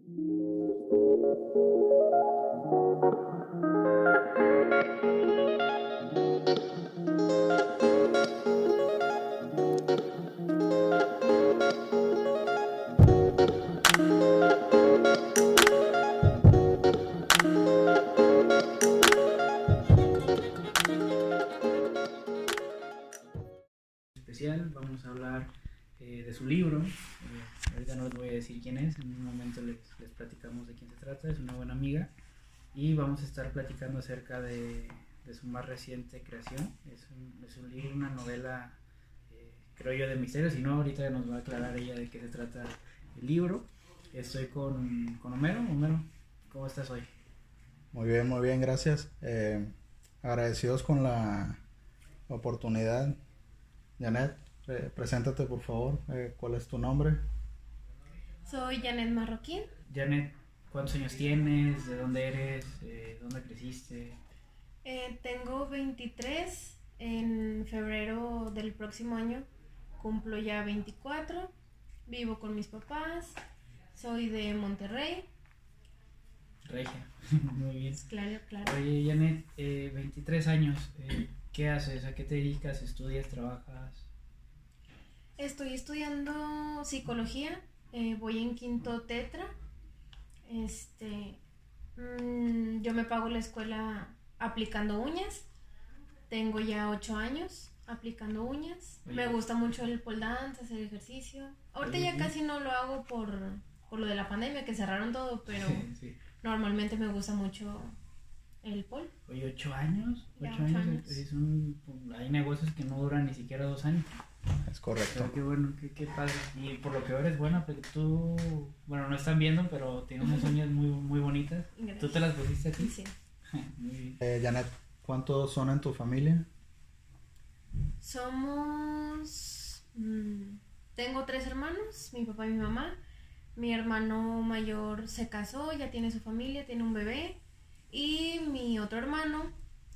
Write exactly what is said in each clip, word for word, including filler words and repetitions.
Especial, vamos a hablar eh, de su libro. Eh, ahorita no les voy a decir quién es, en un momento les, les platicamos de quién se trata. Es una buena amiga y vamos a estar platicando acerca de, de su más reciente creación. Es un, es un libro, una novela, eh, creo yo, de misterio. Si no, ahorita nos va a aclarar ella de qué se trata el libro. Estoy con, con Homero. Homero, ¿cómo estás hoy? Muy bien, muy bien, gracias. Eh, agradecidos con la oportunidad. Janet, eh, preséntate por favor. Eh, ¿Cuál es tu nombre? Soy Janet Marroquín. Janet, ¿cuántos años tienes? ¿De dónde eres? Eh, ¿Dónde creciste? Eh, tengo veintitrés. En febrero del próximo año cumplo ya veinticuatro. Vivo con mis papás. Soy de Monterrey. Regia. Muy bien. Claro, claro. Oye, Janet, eh, veintitrés años. Eh, ¿Qué haces? ¿A qué te dedicas? ¿Estudias? ¿Trabajas? Estoy estudiando psicología. Eh, voy en quinto tetra. Este, mmm, yo me pago la escuela aplicando uñas. Tengo ya ocho años aplicando uñas. Oye. Me gusta mucho el pole dance, hacer ejercicio. Ahorita Oye, ya ¿sí? casi no lo hago por, por lo de la pandemia, que cerraron todo, pero Sí, sí. normalmente me gusta mucho el pole. Oye, ¿ocho años? Ya, ¿Ocho, ocho años? años. Es un, hay negocios que no duran ni siquiera dos años. Es correcto. Pero qué bueno, qué, qué padre. Y por lo que ahora es buena, porque tú, bueno, no están viendo, pero tienes unas uñas muy, muy bonitas. Gracias. ¿Tú te las pusiste aquí? Sí. Muy bien. Eh, Janet, ¿cuántos son en tu familia? Somos... mmm, tengo tres hermanos, mi papá y mi mamá. Mi hermano mayor se casó, ya tiene su familia, tiene un bebé. Y mi otro hermano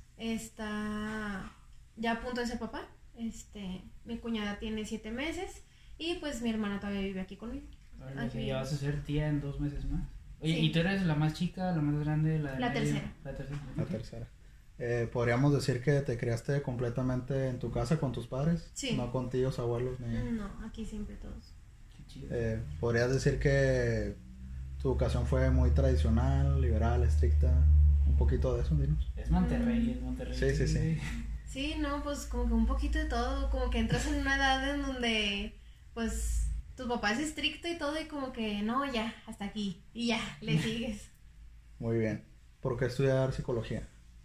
está ya a punto de ser papá. Este, mi cuñada tiene siete meses y pues mi hermana todavía vive aquí conmigo. Ahora Aquí. ya vas a ser tía en dos meses más. Oye, Sí. ¿y tú eres la más chica, la más grande, la de La medio? tercera. La tercera. La tercera. Eh, ¿podríamos decir que te criaste completamente en tu casa con tus padres? Sí. No con tíos, abuelos, ni... No, aquí siempre todos. Qué chido. Eh, ¿podrías decir que tu educación fue muy tradicional, liberal, estricta? Un poquito de eso, dinos. Es Monterrey, es Monterrey. Sí, sí, sí. Sí, no, pues como que un poquito de todo, como que entras en una edad en donde pues tu papá es estricto y todo y como que no, ya, hasta aquí y ya, le sigues. Muy bien. ¿Por qué estudiar psicología?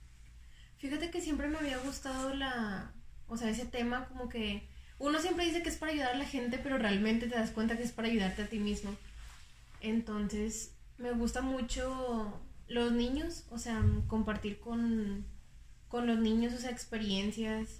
Fíjate que siempre me había gustado la, o sea, ese tema como que uno siempre dice que es para ayudar a la gente, pero realmente te das cuenta que es para ayudarte a ti mismo. Entonces, me gusta mucho los niños, o sea, compartir con, con los niños, o sea, experiencias.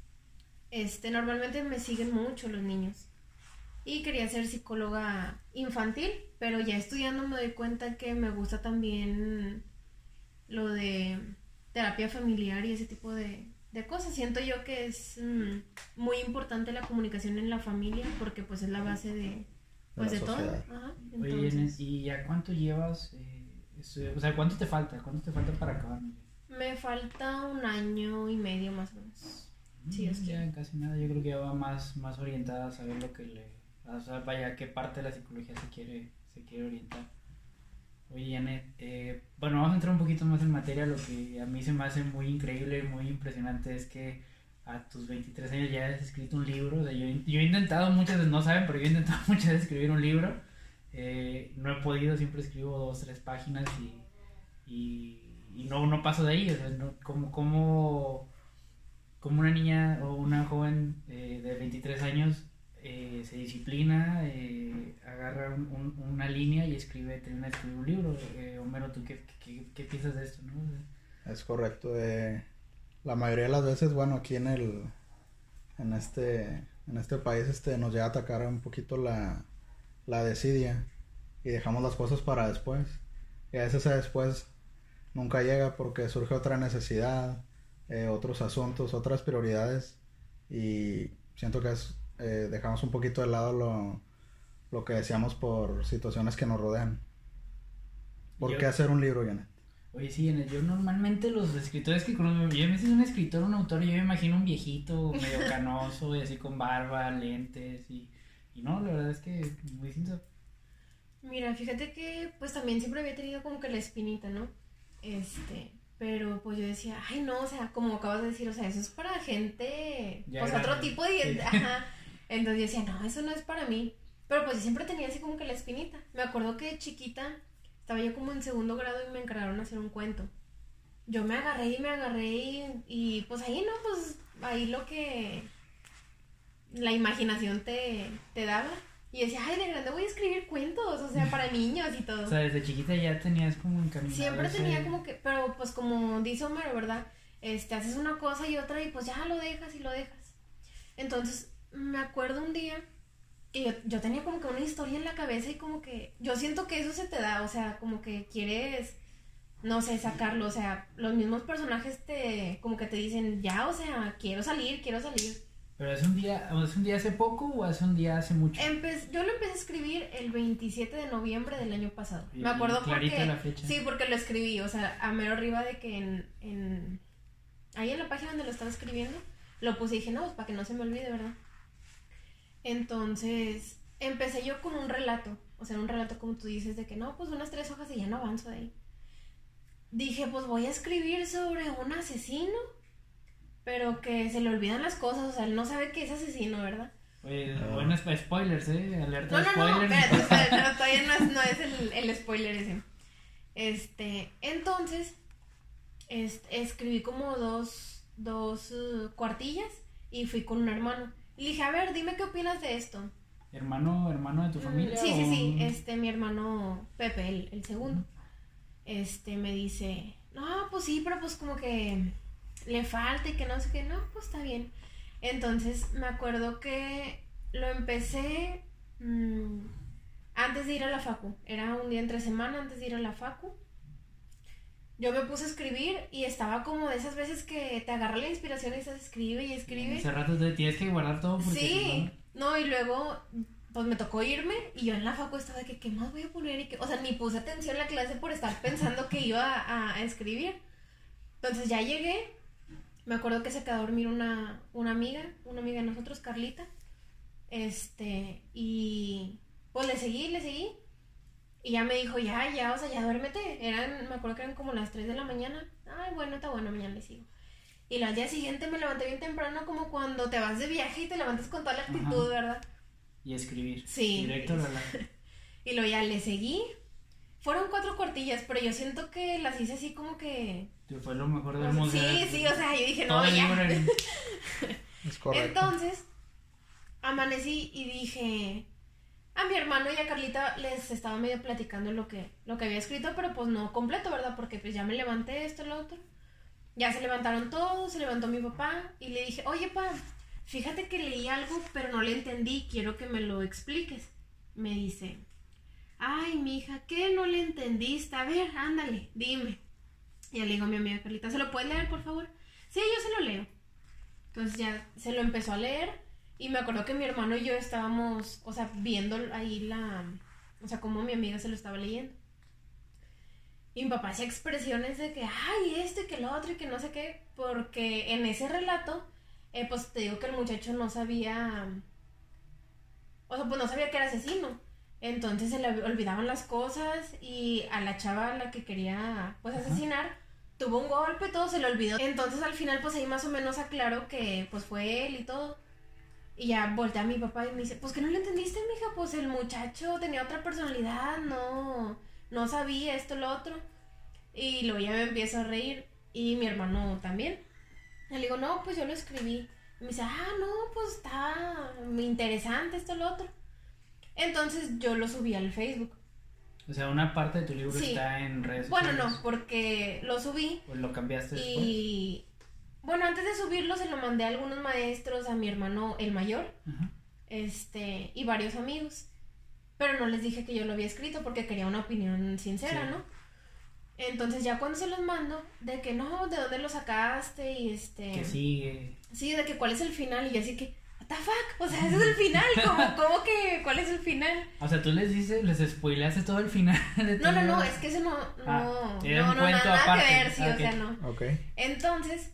Este, normalmente me siguen mucho los niños. Y quería ser psicóloga infantil, pero ya estudiando me doy cuenta que me gusta también lo de terapia familiar y ese tipo de, de cosas. Siento yo que es mmm, muy importante la comunicación en la familia porque pues es la base de, pues, De de, la todo. sociedad. Ajá, Oye, entonces, Inés, ¿y ya cuánto llevas? Eh, estudiando? O sea, ¿cuánto te falta? ¿Cuánto te falta para acabar? me falta un año y medio más o menos. Sí, Mm, es que- ya casi nada. Yo creo que ya va más, más orientada a saber lo que le... O sea, vaya, qué parte de la psicología se quiere, se quiere orientar. Oye, Janet, eh, bueno, vamos a entrar un poquito más en materia. Lo que a mí se me hace muy increíble, muy impresionante es que a tus veintitrés años ya has escrito un libro. O sea, yo, yo he intentado, muchas veces no saben, pero yo he intentado muchas veces escribir un libro. Eh, no he podido, siempre escribo dos, tres páginas y, y, y no, no paso de ahí. O sea, no, como, como, como una niña o una joven eh, de veintitrés años eh, se disciplina, eh, agarra un, un, una línea y escribe, termina de escribir un libro. Eh, Homero, ¿tú qué, qué, qué piensas de esto, no? Es correcto. Eh, la mayoría de las veces, bueno, aquí en el en este en este país este nos llega a atacar un poquito la, la desidia y dejamos las cosas para después. Y a veces ese después nunca llega porque surge otra necesidad, eh, otros asuntos, otras prioridades y siento que es, eh, dejamos un poquito de lado lo, lo que deseamos por situaciones que nos rodean. ¿Por yo, qué hacer un libro, Janet? Oye, sí, yo normalmente los escritores que conozco, yo me dices un escritor, un autor, yo me imagino un viejito medio canoso y así con barba, lentes y, y no, la verdad es que muy distinto. Mira, fíjate que pues también siempre había tenido como que la espinita, ¿no? Este, pero pues yo decía, ay no, o sea, como acabas de decir, o sea, eso es para gente, Ya pues grande. otro tipo de, Sí. ajá. Entonces yo decía, no, eso no es para mí. Pero pues yo siempre tenía así como que la espinita. Me acuerdo que de chiquita estaba yo como en segundo grado y me encargaron hacer un cuento. Yo me agarré y me agarré y, y pues ahí no, pues ahí lo que la imaginación te, te daba. Y decía, ay, de grande voy a escribir cuentos, o sea, para niños y todo. O sea, desde chiquita ya tenías como encaminado Siempre ese- tenía como que, pero pues como dice Homero, ¿verdad? Este, haces una cosa y otra y pues ya lo dejas y lo dejas. Entonces, me acuerdo un día que yo, yo tenía como que una historia en la cabeza y como que yo siento que eso se te da, o sea, como que quieres, no sé, sacarlo, o sea, los mismos personajes te, como que te dicen, ya, o sea, quiero salir, quiero salir. Pero es un día, o es un día hace poco o es un día hace mucho. Empe- yo lo empecé a escribir el veintisiete de noviembre del año pasado. Y- Me acuerdo y clarita porque... la fecha. Sí, porque lo escribí, o sea, a mero arriba de que en, en... Ahí en la página donde lo estaba escribiendo, lo puse y dije, no, pues para que no se me olvide, ¿verdad? Entonces, empecé yo con un relato, o sea, un relato como tú dices, de que no, pues unas tres hojas y ya no avanzo de ahí. Dije, pues voy a escribir sobre un asesino, pero que se le olvidan las cosas, o sea, él no sabe que es asesino, ¿verdad? Oye, Ah. bueno, es- spoilers, eh, alerta No, de no, no, spoilers. espérate, espérate, no, todavía no es, no es el, el spoiler ese. Este, entonces, este, escribí como dos, dos uh, cuartillas y fui con un hermano. Y le dije, a ver, dime qué opinas de esto. Hermano, hermano de tu Mm, familia. sí, sí, o- sí, este, mi hermano Pepe, el, el segundo. Este, me dice, no, pues sí, pero pues como que le falta y que no sé qué, no, pues está bien. Entonces me acuerdo que lo empecé mmm, antes de ir a la facu, era un día entre semana antes de ir a la facu. Yo me puse a escribir y estaba como de esas veces que te agarra la inspiración y estás escribe y escribe. Ese rato te tienes que guardar todo porque Sí, si no- no, y luego pues me tocó irme y yo en la facu estaba de que qué más voy a poner y que, o sea, ni puse atención en la clase por estar pensando que iba a, a escribir. Entonces ya llegué, me acuerdo que se quedó a dormir una, una amiga, una amiga de nosotros, Carlita, este, y pues le seguí, le seguí, y ya me dijo, ya, ya, o sea, ya duérmete, eran, me acuerdo que eran como las tres de la mañana, ay, bueno, está bueno, mañana le sigo. Y al día siguiente me levanté bien temprano, como cuando te vas de viaje y te levantas con toda la actitud, Ajá. ¿verdad? Y escribir. Sí. Directo a la la- Y luego ya le seguí. Fueron cuatro cuartillas, pero yo siento que las hice así como que... que fue lo mejor del o sea, mundo. sí, sí, o sea, yo dije, Todo no, el ya. libro en- Es correcto. Entonces, amanecí y dije... A mi hermano y a Carlita les estaba medio platicando lo que, lo que había escrito, pero pues no completo, ¿verdad? Porque pues ya me levanté esto, lo otro. Ya se levantaron todos, se levantó mi papá y le dije, oye, pa, fíjate que leí algo, pero no le entendí, quiero que me lo expliques. Me dice, ay, mija, ¿qué no le entendiste? A ver, ándale, dime. Y ya le digo a mi amiga Carlita, ¿se lo puedes leer, por favor? Sí, yo se lo leo. Entonces ya se lo empezó a leer y me acuerdo que mi hermano y yo estábamos, o sea, viendo ahí la, o sea, cómo mi amiga se lo estaba leyendo. Y mi papá hacía expresiones de que, ay, esto y que lo otro y que no sé qué, porque en ese relato, eh, pues te digo que el muchacho no sabía, o sea, pues no sabía que era asesino. Entonces se le olvidaban las cosas y a la chava a la que quería, pues, asesinar, tuvo un golpe, todo se le olvidó. Entonces al final, pues ahí más o menos aclaró que, pues, fue él y todo. Y ya volteé a mi papá y me dice, pues que no lo entendiste, mija, pues el muchacho tenía otra personalidad, no, no sabía esto, lo otro. Y luego ya me empiezo a reír y mi hermano también. Y le digo, no, pues yo lo escribí. Y me dice, ah, no, pues está muy interesante esto, lo otro. Entonces yo lo subí al Facebook. O sea, una parte de tu libro Sí. está en redes Bueno, sociales. no, porque lo subí Pues lo cambiaste después. y... Bueno, antes de subirlo se lo mandé a algunos maestros, a mi hermano el mayor, Ajá. este, y varios amigos. Pero no les dije que yo lo había escrito porque quería una opinión sincera, Sí. ¿no? Entonces ya cuando se los mando, de que no, ¿de dónde lo sacaste? Y este... Que sigue. Sí, de que cuál es el final, y yo así que, what the fuck, o sea, ese es el final, ¿cómo, cómo que, cuál es el final? O sea, tú les dices, les spoileaste todo el final de No, no, no, todo. es que ese no, no, Ah, no, era un no, cuento nada, nada aparte. que ver, sí, Ah, o ok. sea, no. Ok. Entonces,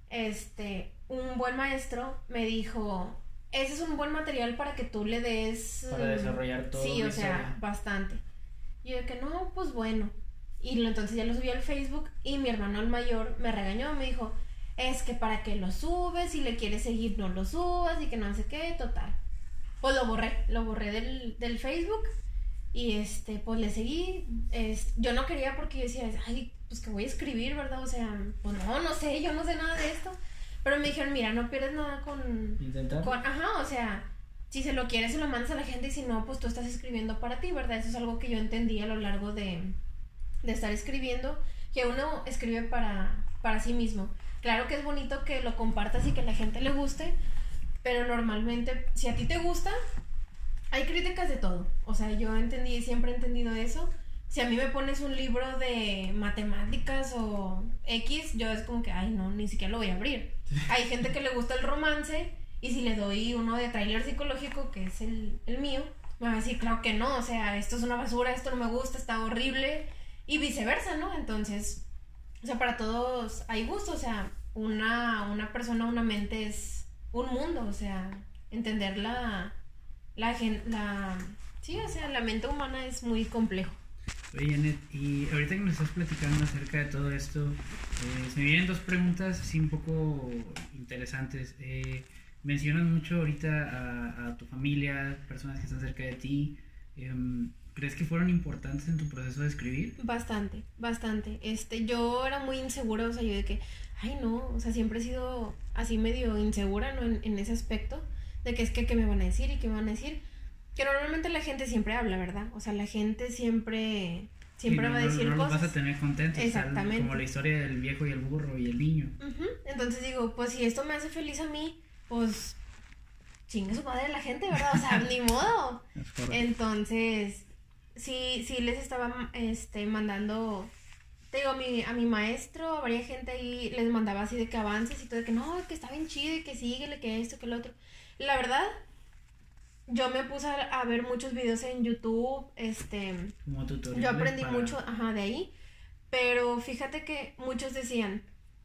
este, un buen maestro me dijo, ese es un buen material para que tú le des... Para desarrollar todo. Sí, la o sea, historia. bastante. Y yo de que no, pues bueno. Y lo- entonces ya lo subí al Facebook y mi hermano el mayor me regañó, me dijo, es que para qué lo subes, si le quieres seguir no lo subas y que no sé qué, total. Pues lo borré, lo borré del, del Facebook y este, pues le seguí. Es, yo no quería porque yo decía, ay, pues que voy a escribir, ¿verdad? O sea, pues no, no sé, yo no sé nada de esto. Pero me dijeron, mira, no pierdes nada con... Intentar. con ajá, o sea, si se lo quieres se lo mandas a la gente y si no, pues tú estás escribiendo para ti, ¿verdad? Eso es algo que yo entendí a lo largo de, de estar escribiendo, que uno escribe para, para sí mismo. Claro que es bonito que lo compartas y que a la gente le guste, pero normalmente, si a ti te gusta, hay críticas de todo. O sea, yo entendí, siempre he entendido eso. Si a mí me pones un libro de matemáticas o X, yo es como que, ay, no, ni siquiera lo voy a abrir. Hay gente que le gusta el romance y si le doy uno de tráiler psicológico, que es el, el mío, me va a decir, claro que no, o sea, esto es una basura, esto no me gusta, está horrible y viceversa, ¿no? Entonces, o sea, para todos hay gusto, o sea, una, una persona, una mente es un mundo, o sea, entender la, la, gen- la, sí, o sea, la mente humana es muy complejo. Oye, Janet, y ahorita que nos estás platicando acerca de todo esto, eh, se me vienen dos preguntas así un poco interesantes. Eh, mencionas mucho ahorita a, a tu familia, personas que están cerca de ti. Eh, ¿Crees que fueron importantes en tu proceso de escribir? Bastante, bastante. Este, yo era muy insegura, o sea, yo de que, ay no, o sea, siempre he sido así medio insegura, ¿no? En, en ese aspecto, de que es que, ¿qué me van a decir y qué me van a decir? Que normalmente la gente siempre habla, ¿verdad? O sea, la gente siempre, siempre Sí, no, va a decir no, no los cosas. vas a tener contentos. Exactamente. Como la historia del viejo y el burro y el niño. Ujú. Entonces digo, pues si esto me hace feliz a mí, pues chingue su madre la gente, ¿verdad? O sea, ni modo. Es correcto. Entonces, sí, sí les estaba este, mandando, te digo, a mi, a mi maestro, a varias gente ahí les mandaba así de que avances y todo, de que no, que está bien chido y que síguele, que esto, que lo otro. La verdad, yo me puse a, a ver muchos videos en YouTube, este, Como tutoriales. yo aprendí para- mucho, ajá, de ahí, pero fíjate que muchos decían,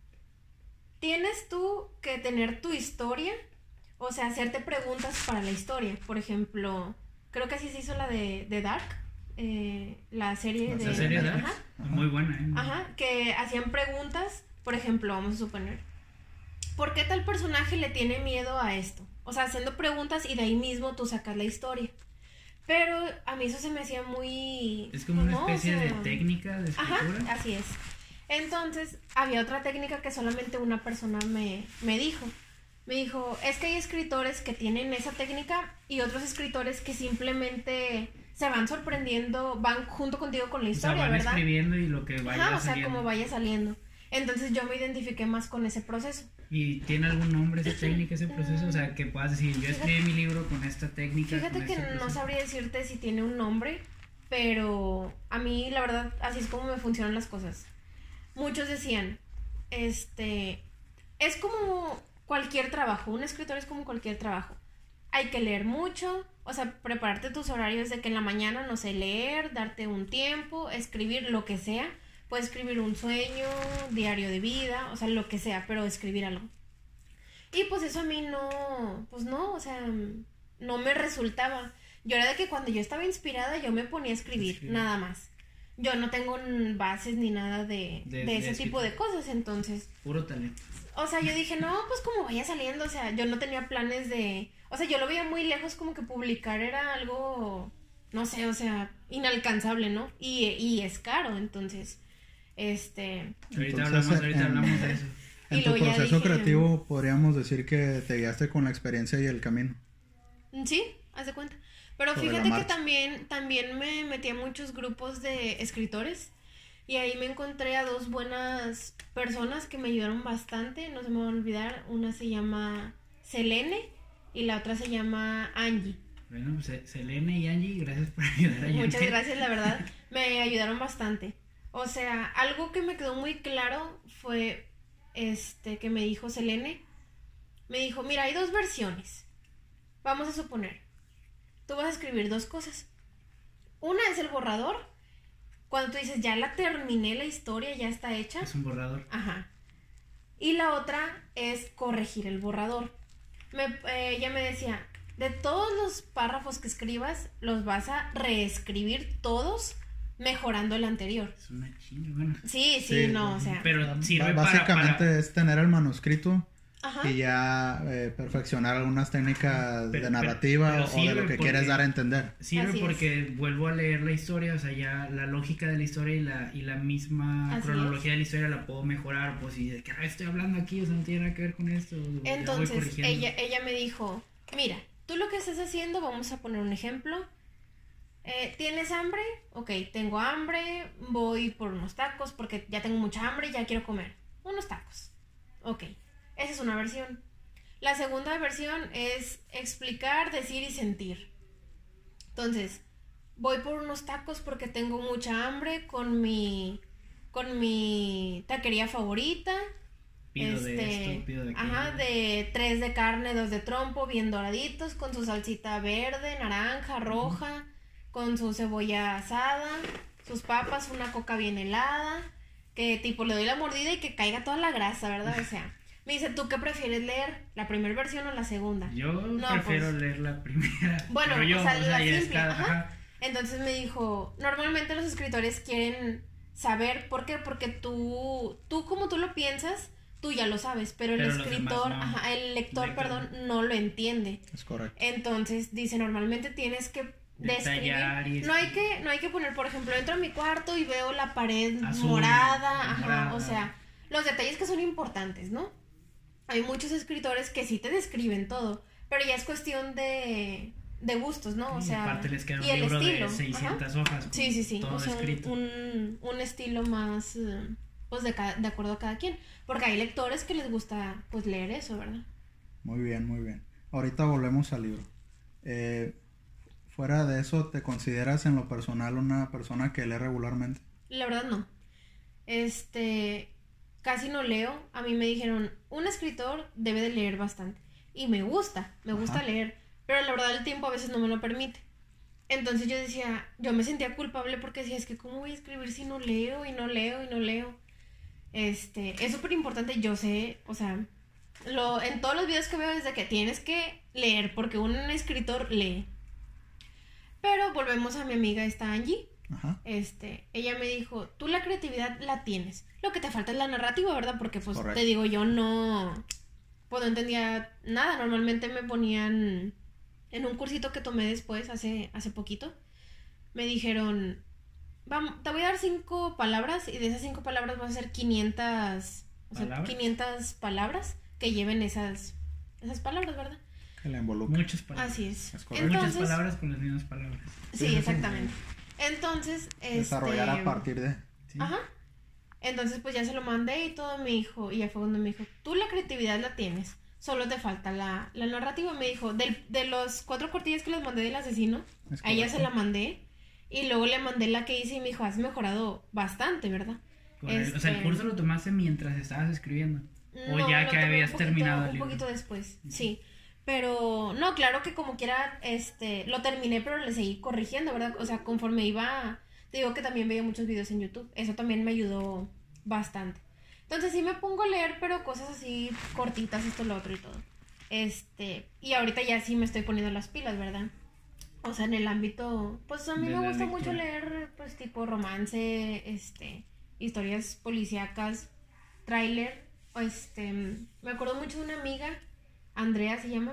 tienes tú que tener tu historia, o sea, hacerte preguntas para la historia. Por ejemplo, creo que así se hizo la de, de Dark, eh, la serie de... La serie de Dark. Ajá, Muy buena, ¿eh? ajá, que hacían preguntas, por ejemplo, vamos a suponer, ¿por qué tal personaje le tiene miedo a esto? O sea, haciendo preguntas y de ahí mismo tú sacas la historia. Pero a mí eso se me hacía muy... Es como una no, o especie sea, de técnica de Ajá, escritura. así es. Entonces, había otra técnica que solamente una persona me, me dijo. Me dijo, es que hay escritores que tienen esa técnica y otros escritores que simplemente se van sorprendiendo, van junto contigo con la O sea, historia, van ¿verdad? escribiendo y lo que vaya Ajá, o sea, saliendo. como vaya saliendo. Entonces yo me identifiqué más con ese proceso. ¿Y tiene algún nombre esa técnica, ese proceso? O sea, que puedas decir, yo escribí mi libro con esta técnica. Fíjate con que este no proceso. sabría decirte si tiene un nombre, pero a mí la verdad así es como me funcionan las cosas. Muchos decían, este, es como cualquier trabajo, un escritor es como cualquier trabajo. Hay que leer mucho, o sea, prepararte tus horarios de que en la mañana, no sé, leer, darte un tiempo, escribir lo que sea. Puedes escribir un sueño, diario de vida, o sea, lo que sea, pero escribir algo. Y pues eso a mí no, pues no, o sea, no me resultaba. Yo era de que cuando yo estaba inspirada yo me ponía a escribir, Escribir. nada más. Yo no tengo bases ni nada de, De- de, de ese tipo de cosas, entonces... Puro talento. O sea, yo dije, no, pues como vaya saliendo, o sea, yo no tenía planes de... O sea, yo lo veía muy lejos, como que publicar era algo, no sé, o sea, inalcanzable, ¿no? Y, y es caro, entonces, este... Ahorita Entonces, hablamos, ahorita en- hablamos de eso. En Y tu luego ya proceso dije- creativo podríamos decir que te guiaste con la experiencia y el camino. Sí, haz de cuenta. Pero Sobre la fíjate que marcha. también, también me metí a muchos grupos de escritores y ahí me encontré a dos buenas personas que me ayudaron bastante, no se me va a olvidar. Una se llama Selene y la otra se llama Angie. Bueno, pues eh, Selene y Angie, gracias por ayudar a Muchas Janet. gracias, la verdad. Me ayudaron bastante. O sea, algo que me quedó muy claro fue este que me dijo Selene. Me dijo, mira, hay dos versiones. vamos a suponer, tú vas a escribir dos cosas. Una es el borrador, cuando tú dices, ya la terminé la historia, ya está hecha. Es un borrador. Ajá. Y la otra es corregir el borrador. Me, eh, ella me decía, de todos los párrafos que escribas, los vas a reescribir todos mejorando el anterior. Es una chinga, bueno. Sí, sí, Sí, no, o sea. Pero sirve B- Básicamente para, para... es tener el manuscrito Ajá. y ya eh, perfeccionar algunas técnicas Pero- de narrativa pero- pero o de sirve lo que porque- quieres dar a entender. Sirve Así es. porque vuelvo a leer la historia, o sea, ya la lógica de la historia y la, y la misma Así cronología de la historia la puedo mejorar, pues, y de qué estoy hablando aquí, o sea, no tiene nada que ver con esto. ya voy Entonces, corrigiendo. ella, ella me dijo, mira, tú lo que estás haciendo, vamos a poner un ejemplo. Eh, ¿Tienes hambre? Ok, tengo hambre, voy por unos tacos porque ya tengo mucha hambre y ya quiero comer. Unos tacos. Ok, esa es una versión. La segunda versión es explicar, decir y sentir. Entonces, voy por unos tacos porque tengo mucha hambre con mi, con mi taquería favorita. Pido de esto, pido de aquello. Ajá, de tres de carne, dos de trompo, bien doraditos, con su salsita verde, naranja, roja, con su cebolla asada, sus papas, una coca bien helada, que tipo le doy la mordida y que caiga toda la grasa, ¿verdad? O sea, me dice, ¿tú qué prefieres leer? ¿La primera versión o la segunda? Yo No, prefiero pues, leer la primera. bueno, pero yo, o sea, o sea, la ya es simple, cada- ajá. ajá. Entonces me dijo, normalmente los escritores quieren saber, ¿por qué? Porque tú, tú como tú lo piensas, tú ya lo sabes, pero el Pero los escritor, demás no. ajá, el lector, Lector. perdón, no lo entiende. Es correcto. Entonces dice, normalmente tienes que describir, Detallar y no hay que, no hay que poner, por ejemplo, entro a mi cuarto y veo la pared Azul, morada, ajá, morada. o sea, los detalles que son importantes, ¿no? Hay muchos escritores que sí te describen todo, pero ya es cuestión de, de gustos, ¿no? O Y sea, aparte les queda y un el libro estilo, de ajá. seiscientas hojas. con Sí, sí, sí. Todo O sea, un, escrito. un, un estilo más, eh, pues, de, cada- de acuerdo a cada quien. Porque hay lectores que les gusta, pues, leer eso, ¿verdad? Muy bien, muy bien. Ahorita volvemos al libro. Eh, fuera de eso, ¿te consideras en lo personal una persona que lee regularmente? La verdad, no. Este, casi no leo. A mí me dijeron, un escritor debe de leer bastante. Y me gusta, me gusta Ajá. leer. Pero la verdad, el tiempo a veces no me lo permite. Entonces yo decía, yo me sentía culpable porque decía, es que ¿cómo voy a escribir si no leo y no leo y no leo? Este, es súper importante, yo sé, o sea, lo, en todos los videos que veo es de que tienes que leer porque un escritor lee. Pero volvemos a mi amiga esta Angie. Ajá. Este, ella me dijo, tú la creatividad la tienes, lo que te falta es la narrativa, ¿verdad? Porque pues Correcto. te digo, yo no, pues no entendía nada, normalmente me ponían en un cursito que tomé después, hace, hace poquito, me dijeron, vamos, te voy a dar cinco palabras y de esas cinco palabras vas a hacer quinientas, o sea, ¿Palabras? quinientas palabras que lleven esas, esas palabras, ¿verdad? Que la involucra. Muchas palabras. Así es. Es correcto. Muchas Entonces, palabras con las mismas palabras. sí, exactamente. Entonces, Desarrollar este, a partir de... ¿Sí? Ajá. Entonces, pues ya se lo mandé y todo me dijo, y ya fue cuando me dijo, tú la creatividad la tienes, solo te falta la, la narrativa. Me dijo, del, de los cuatro cortillas que les mandé del asesino, Es a ella correcto. se la mandé, y luego le mandé la que hice y me dijo, has mejorado bastante, ¿verdad? Correcto. O sea, el Este- curso lo tomaste mientras estabas escribiendo. O No, ya lo que tomé habías un poquito- terminado el un libro. poquito después, sí. Pero, no, claro que como quiera, este, lo terminé, pero le seguí corrigiendo, ¿verdad? O sea, conforme iba, te digo que también veía muchos videos en YouTube, eso también me ayudó bastante. Entonces sí me pongo a leer, pero cosas así cortitas, esto, lo otro y todo. Este, y ahorita ya sí me estoy poniendo las pilas, ¿verdad? O sea, en el ámbito, pues a mí De me la gusta mucho lectura. leer, pues tipo romance, este, historias policíacas, tráiler, este, me acuerdo mucho de una amiga, Andrea se llama.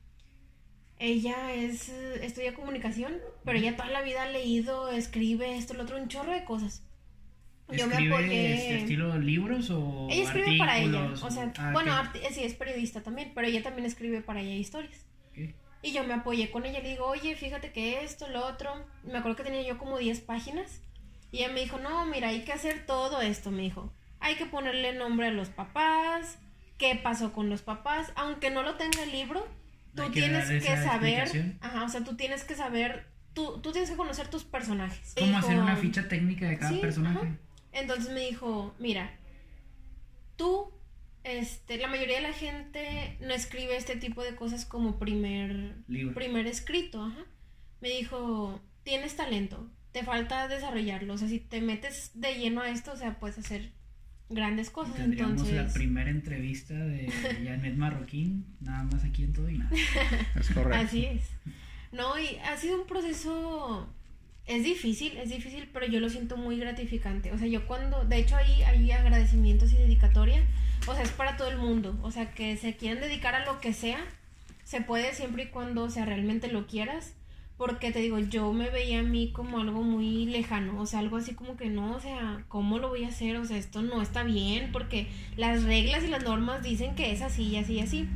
Ella es, eh, estudia comunicación, pero ella toda la vida ha leído, escribe esto, lo otro, un chorro de cosas. Yo me ¿Escribe apoyé. este estilo libros o Ella escribe para ella, artículos o sea, ah, bueno, ok. arti- sí, es periodista también, pero ella también escribe para ella historias. Ok. Y yo me apoyé con ella, le digo, oye, fíjate que esto, lo otro. Me acuerdo que tenía yo como diez páginas. Y ella me dijo, no, mira, hay que hacer todo esto, me dijo. Hay que ponerle nombre a los papás, qué pasó con los papás. Aunque no lo tenga el libro, tú Hay que tienes dar que esa saber. explicación. Ajá, o sea, tú tienes que saber, tú, tú tienes que conocer tus personajes. ¿Cómo Dijo, hacer una ficha técnica de cada sí, personaje? ajá. Entonces me dijo, mira, tú este, la mayoría de la gente no escribe este tipo de cosas como primer, Libro. primer escrito, ajá. Me dijo, tienes talento, te falta desarrollarlo, o sea, si te metes de lleno a esto, o sea, puedes hacer grandes cosas. Tendríamos Entonces la primera entrevista de Janet Marroquín, nada más aquí en Todo y Nada. Es correcto. Así es. No, y ha sido un proceso, es difícil, es difícil, pero yo lo siento muy gratificante. O sea, yo cuando, de hecho hay, hay agradecimientos y dedicatoria, o sea, es para todo el mundo. O sea, que se quieran dedicar a lo que sea, se puede siempre y cuando, o sea, realmente lo quieras. Porque te digo, yo me veía a mí como algo muy lejano, o sea, algo así como que no, o sea, ¿cómo lo voy a hacer? O sea, esto no está bien, porque las reglas y las normas dicen que es así y así y así.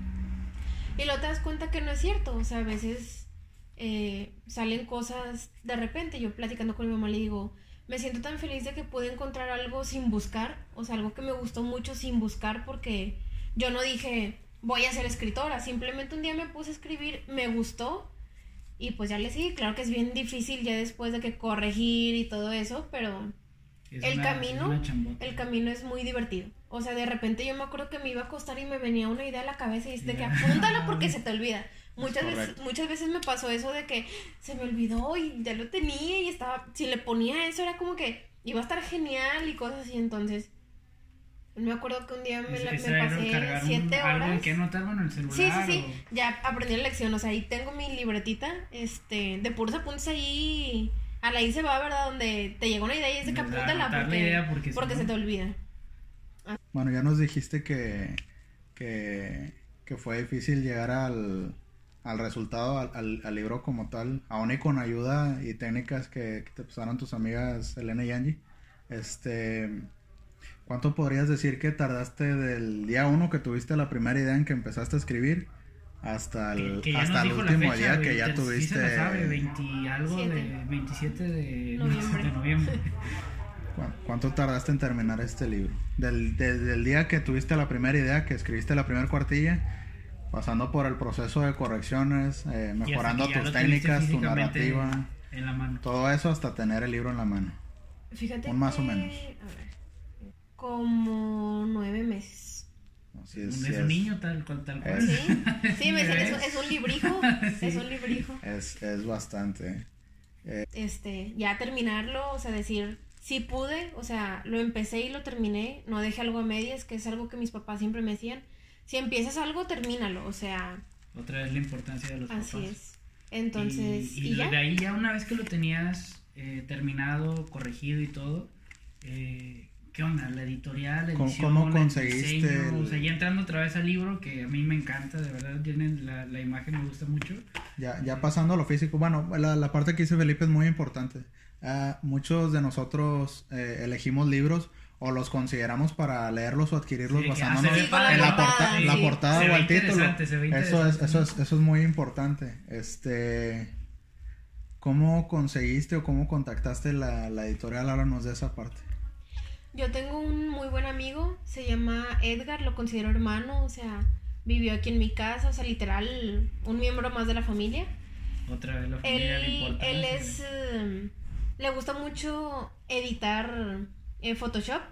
Y luego te das cuenta que no es cierto, o sea, a veces eh, salen cosas de repente. Yo platicando con mi mamá le digo, me siento tan feliz de que pude encontrar algo sin buscar, o sea, algo que me gustó mucho sin buscar, porque yo no dije, voy a ser escritora, simplemente un día me puse a escribir, me gustó. Y pues ya le sigue, claro que es bien difícil ya después de que corregir y todo eso, pero Es el una- camino, es una chambota. el camino es muy divertido. O sea, de repente yo me acuerdo que me iba a acostar y me venía una idea a la cabeza y es de que Ya. apúntala porque se te olvida. Muchas veces, correcto. muchas veces me pasó eso de que se me olvidó y ya lo tenía y estaba, si le ponía eso era como que iba a estar genial y cosas así. Entonces me acuerdo que un día me, Es- la- es me algo, pasé cargar un- siete algo en horas. que anotar en el celular. Sí, sí, sí, o- ya aprendí la lección, o sea, ahí tengo mi libretita, este, de puros apuntes ahí, a la I se va, ¿verdad? Donde te llega una idea y es de que ¿Verdad? apúntala Anotar la porque, idea porque si porque no- se te olvida. Bueno, ya nos dijiste que, que, que fue difícil llegar al, al resultado, al, al, al libro como tal, aún y con ayuda y técnicas que, que te pasaron tus amigas Elena y Angie. Este, ¿cuánto podrías decir que tardaste del día uno que tuviste la primera idea en que empezaste a escribir hasta el, Que- que ya hasta nos el dijo la último fecha, día güey, que ya sí tuviste? se la sabe, veinte y algo de Siete. veintisiete de Noviembre. de noviembre. ¿Cu- ¿Cuánto tardaste en terminar este libro? Del, desde el día que tuviste la primera idea, que escribiste la primera cuartilla, pasando por el proceso de correcciones, eh, Y hasta mejorando que ya tus lo tuviste técnicas, tu físicamente narrativa, en la mano. todo eso hasta tener el libro en la mano. Fíjate Un más o que, menos. a ver, como nueve meses. Así Es, es, un sí es, niño tal cual, tal cual. Es- Sí, sí, me ¿Ves? es, es un librijo, Sí. es un librijo. es, es bastante. Este, ya terminarlo, o sea, decir, sí pude, o sea, lo empecé y lo terminé, no dejé algo a medias, que es algo que mis papás siempre me decían, si empiezas algo, termínalo, o sea, Otra vez la importancia de los así papás. es. Entonces, y, y, y ya. de ahí ya una vez que lo tenías eh, terminado, corregido y todo, eh, ¿qué onda? La editorial, la ¿Cómo- edición, cómo el conseguiste diseño, el- o sea, ya entrando otra vez al libro, que a mí me encanta, de verdad, tienen la, la imagen me gusta mucho. Ya, ya pasando a lo físico, bueno, la, la parte que dice Felipe es muy importante. Ah, muchos de nosotros eh, elegimos libros o los consideramos para leerlos o adquirirlos Sí, que, ah, basándonos se ve Sí, con la en la, portada, porta- en la sí. portada Se o ve el título. interesante, se ve Eso es, interesante. eso es, eso es muy importante. Este, ¿cómo conseguiste o cómo contactaste la, la editorial? Háblanos de esa parte. Yo tengo un muy buen amigo, se llama Edgar, lo considero hermano, o sea, vivió aquí en mi casa, o sea, literal, un miembro más de la familia. Otra vez la familia, la Él, importancia. él es, eh, le gusta mucho editar en Photoshop.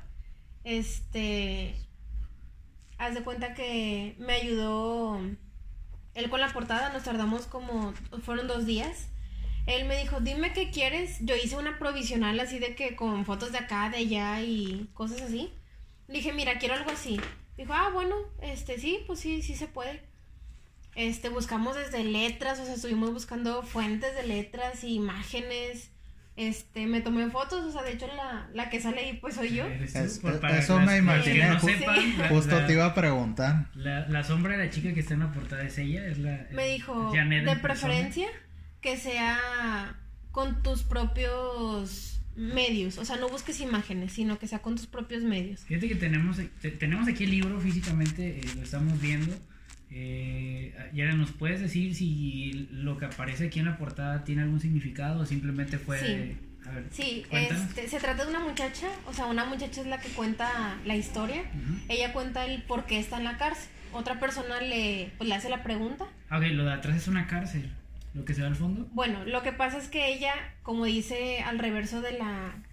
Este, haz de cuenta que me ayudó él con la portada, nos tardamos como, fueron dos días. Él me dijo, dime qué quieres. Yo hice una provisional así de que con fotos de acá, de allá y cosas así. Le dije, mira, quiero algo así. Dijo, ah, bueno, este, sí, pues sí, sí se puede. Este, buscamos desde letras, o sea, estuvimos buscando fuentes de letras y imágenes. Este, me tomé fotos, o sea, de hecho la, la que sale ahí pues soy yo. Eres tú, Es- por- para eso las- me los que imaginé, no ju- sepan, la- Justo la- te iba a preguntar. La, la sombra de la chica que está en la portada es ella, es la... Me dijo, Janet de en persona. preferencia que sea con tus propios medios, o sea, no busques imágenes, sino que sea con tus propios medios. Fíjate que tenemos, te- tenemos aquí el libro físicamente, eh, lo estamos viendo. Eh, Yara, ¿nos puedes decir si lo que aparece aquí en la portada tiene algún significado o simplemente fue... Sí. de- a ver, Sí, cuéntanos. este, se trata de una muchacha, o sea, una muchacha es la que cuenta la historia. Ujú. Ella cuenta el por qué está en la cárcel. Otra persona le, pues, le hace la pregunta. Ok, lo de atrás es una cárcel, lo que se ve al fondo. Bueno, lo que pasa es que ella, como dice al reverso de la,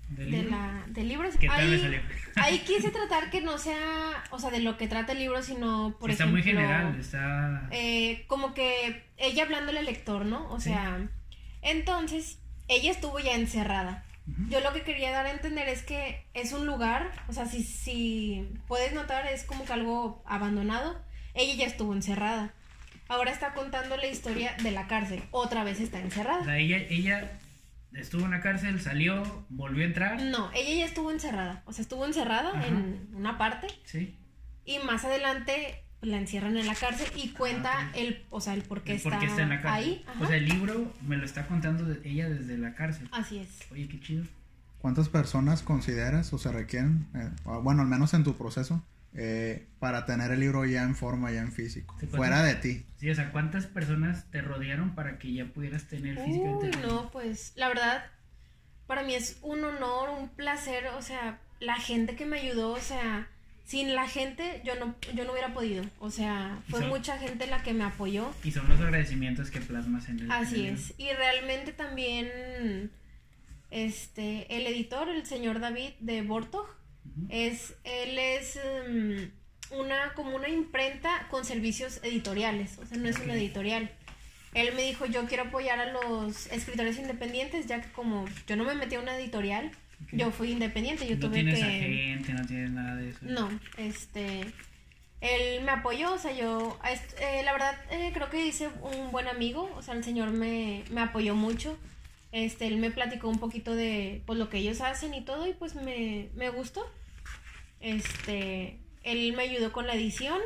¿Del de libro? la de libros. ¿Qué tal ahí, le salió? ahí quise tratar que no sea, o sea, de lo que trata el libro, sino, por Sí, está ejemplo... muy general, está... Eh, como que ella hablándole al lector, ¿no? O Sí. sea, entonces, ella estuvo ya encerrada. Ujú. Yo lo que quería dar a entender es que es un lugar, o sea, si, si puedes notar, es como que algo abandonado. Ella ya estuvo encerrada. Ahora está contando la historia de la cárcel. Otra vez está O encerrada. sea, ella, ella estuvo en la cárcel, salió, volvió a entrar. No, ella ya estuvo encerrada. O sea, estuvo encerrada Ajá. en una parte. Sí. Y más adelante la encierran en la cárcel y cuenta Ah, ok. el, o sea, el por qué ¿Por está, qué está en la cárcel? ahí. Ajá. O sea, el libro me lo está contando de- ella desde la cárcel. Así es. Oye, qué chido. ¿Cuántas personas consideras o se requieren, eh, o bueno, al menos en tu proceso, eh, para tener el libro ya en forma, ya en físico? Sí, pues, Fuera sí. de ti. Sí, o sea, ¿cuántas personas te rodearon para que ya pudieras tener físicamente? Uy, el libro? no, pues la verdad, para mí es un honor, un placer, o sea, la gente que me ayudó, o sea, sin la gente yo no, yo no hubiera podido, o sea, fue Son- mucha gente la que me apoyó, Y son los agradecimientos que plasmas en el así en el es, y realmente también, este, el editor, el señor David de Bortog, Ujú. es, él es um, una, como una imprenta con servicios editoriales, o sea, no es una Ok. editorial. Él me dijo, yo quiero apoyar a los escritores independientes, ya que como yo no me metí a una editorial, Ok. yo fui independiente, yo no tuve tienes que... agente, no tienes nada de eso. No, este... Él me apoyó, o sea, yo... est- eh, la verdad, eh, creo que hice un buen amigo, o sea, el señor me, me apoyó mucho. Este, él me platicó un poquito de, pues, lo que ellos hacen y todo, y pues me, me gustó. Este... Él me ayudó con la edición.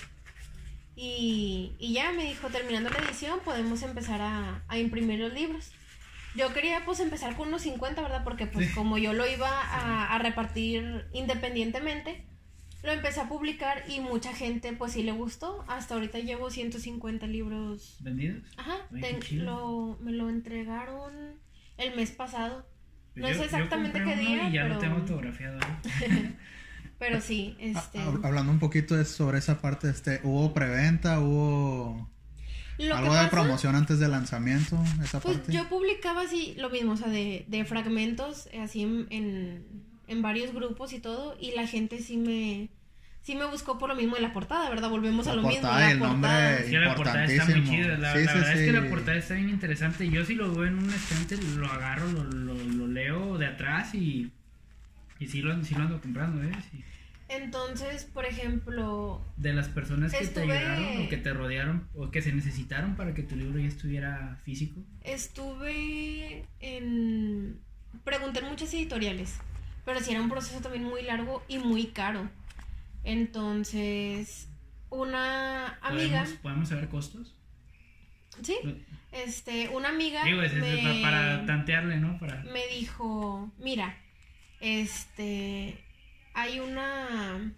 Y, y ya me dijo, terminando la edición, podemos empezar a, a imprimir los libros. Yo quería pues empezar con unos cincuenta, ¿verdad? Porque pues Sí. como yo lo iba a, a repartir independientemente, lo empecé a publicar y mucha gente pues sí le gustó. Hasta ahorita llevo ciento cincuenta libros. ¿Vendidos? Ajá, Oye, ten- qué chido. lo, me lo entregaron el mes pasado. No Yo- sé yo exactamente compré qué uno día, y ya pero, lo tengo autografiado. ¿eh? pero sí, este... Ah, hab- hablando un poquito de- sobre esa parte, este, ¿hubo preventa? ¿Hubo Lo algo que de pasa- promoción antes del lanzamiento? Esa Pues parte. yo publicaba así lo mismo, o sea, de, de fragmentos, eh, así en, en, en varios grupos y todo, y la gente sí me sí me buscó por lo mismo de la portada, ¿verdad? Volvemos La a lo mismo, portada la y el nombre. Es que la portada está muy Importantísimo. chida. La, Sí, la sí, verdad es que sí. la portada está bien interesante. Yo si lo veo en un estante, lo agarro, lo, lo, lo leo de atrás y, y sí, lo, sí lo ando comprando, ¿eh? Sí. Entonces, por ejemplo, De las personas que Estuve- te ayudaron o que te rodearon o que se necesitaron para que tu libro ya estuviera físico. estuve en... Pregunté en muchas editoriales, pero sí era un proceso también muy largo y muy caro. Entonces, una amiga... ¿Podemos, ¿podemos saber costos? Sí, este, una amiga Digo, es, es me... para tantearle, ¿no? Para... me dijo, mira, este, hay una,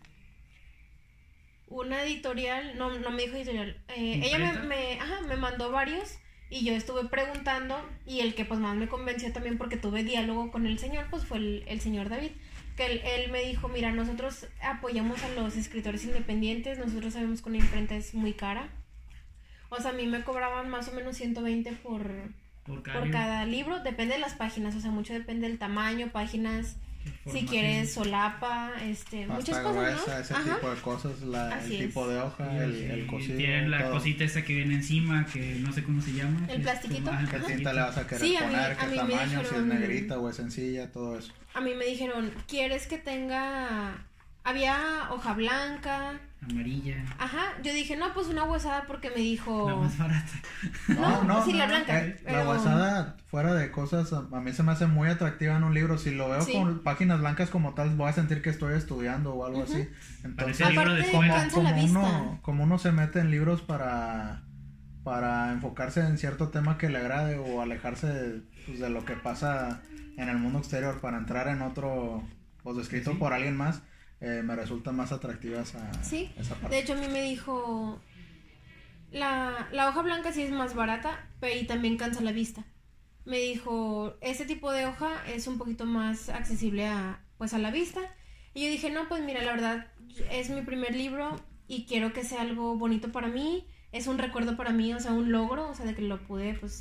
una editorial, no, no me dijo editorial, eh, ella me, ¿Imprenta? me, ajá, me mandó varios y yo estuve preguntando y el que pues más me convenció también porque tuve diálogo con el señor, pues fue el, el señor David, que él, él me dijo, mira, nosotros apoyamos a los escritores independientes, nosotros sabemos que una imprenta es muy cara, o sea, a mí me cobraban más o menos ciento veinte por... Por cada, Por libro, cada libro, depende de las páginas, o sea, mucho depende del tamaño, páginas, qué si forma quieres tiene. solapa, este, Pasta muchas cosas, gruesa, ¿no? ese Ajá. tipo de cosas, la, Así el es. tipo de hoja, el, el Y cosido. tienen la todo. cosita esa que viene encima, que no sé cómo se llama. El que es plastiquito. como- ah, el ¿Qué plastiquito. tinta le vas a querer Sí, a mí- poner? a ¿Qué mí me tamaño? Si es dijeron- negrita o es sencilla, todo eso. A mí me dijeron, ¿quieres que tenga, había hoja blanca? Amarilla. Ajá, yo dije, no, pues una huesada porque me dijo... La más barata. No, sí, la blanca, eh, La pero- guasada, fuera de cosas, a, a mí se me hace muy atractiva en un libro. Si lo veo Sí. con páginas blancas como tal, voy a sentir que estoy estudiando o algo Ujú. así. Entonces, Parece libro de Aparte, escuela. cansa como, la como vista. uno, como uno se mete en libros para, para enfocarse en cierto tema que le agrade o alejarse de, pues, de lo que pasa en el mundo exterior para entrar en otro, pues escrito Sí. por alguien más, eh, me resulta más atractiva esa, Sí, esa parte. de hecho a mí me dijo, la, la hoja blanca sí es más barata, pero y también cansa la vista. Me dijo, este tipo de hoja es un poquito más accesible a, pues a la vista. Y yo dije, no, pues mira, la verdad es mi primer libro y quiero que sea algo bonito para mí, es un recuerdo para mí, o sea, un logro, o sea, de que lo pude, pues,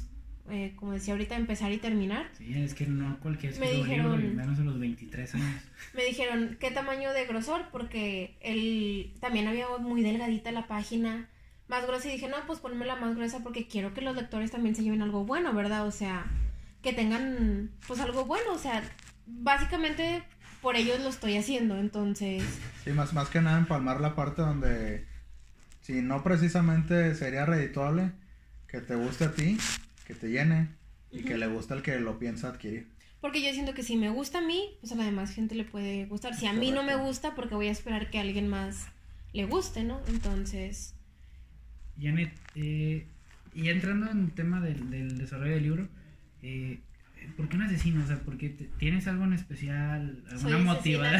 eh, como decía ahorita, empezar y terminar. Sí, es que no cualquier Me escritor dijeron- libro, menos a los veintitrés años. Me dijeron, ¿qué tamaño de grosor? Porque el, también había muy delgadita la página, más gruesa, y dije, no, pues ponme la más gruesa porque quiero que los lectores también se lleven algo bueno, ¿verdad? O sea, que tengan, pues, algo bueno, o sea, básicamente por ellos lo estoy haciendo, entonces... Sí, más, más que nada empalmar la parte donde, si no precisamente sería redituable, que te guste a ti, que te llene, y Ujú. que le guste al que lo piensa adquirir. Porque yo siento que si me gusta a mí, pues a la demás gente le puede gustar. Si a mí no me Correcto. gusta, porque voy a esperar que a alguien más le guste, ¿no? Entonces... Janet, eh, y entrando en el tema del, del desarrollo del libro, eh, ¿por qué un asesino? O sea, ¿por qué te- tienes algo en especial? ¿Alguna Soy motivación?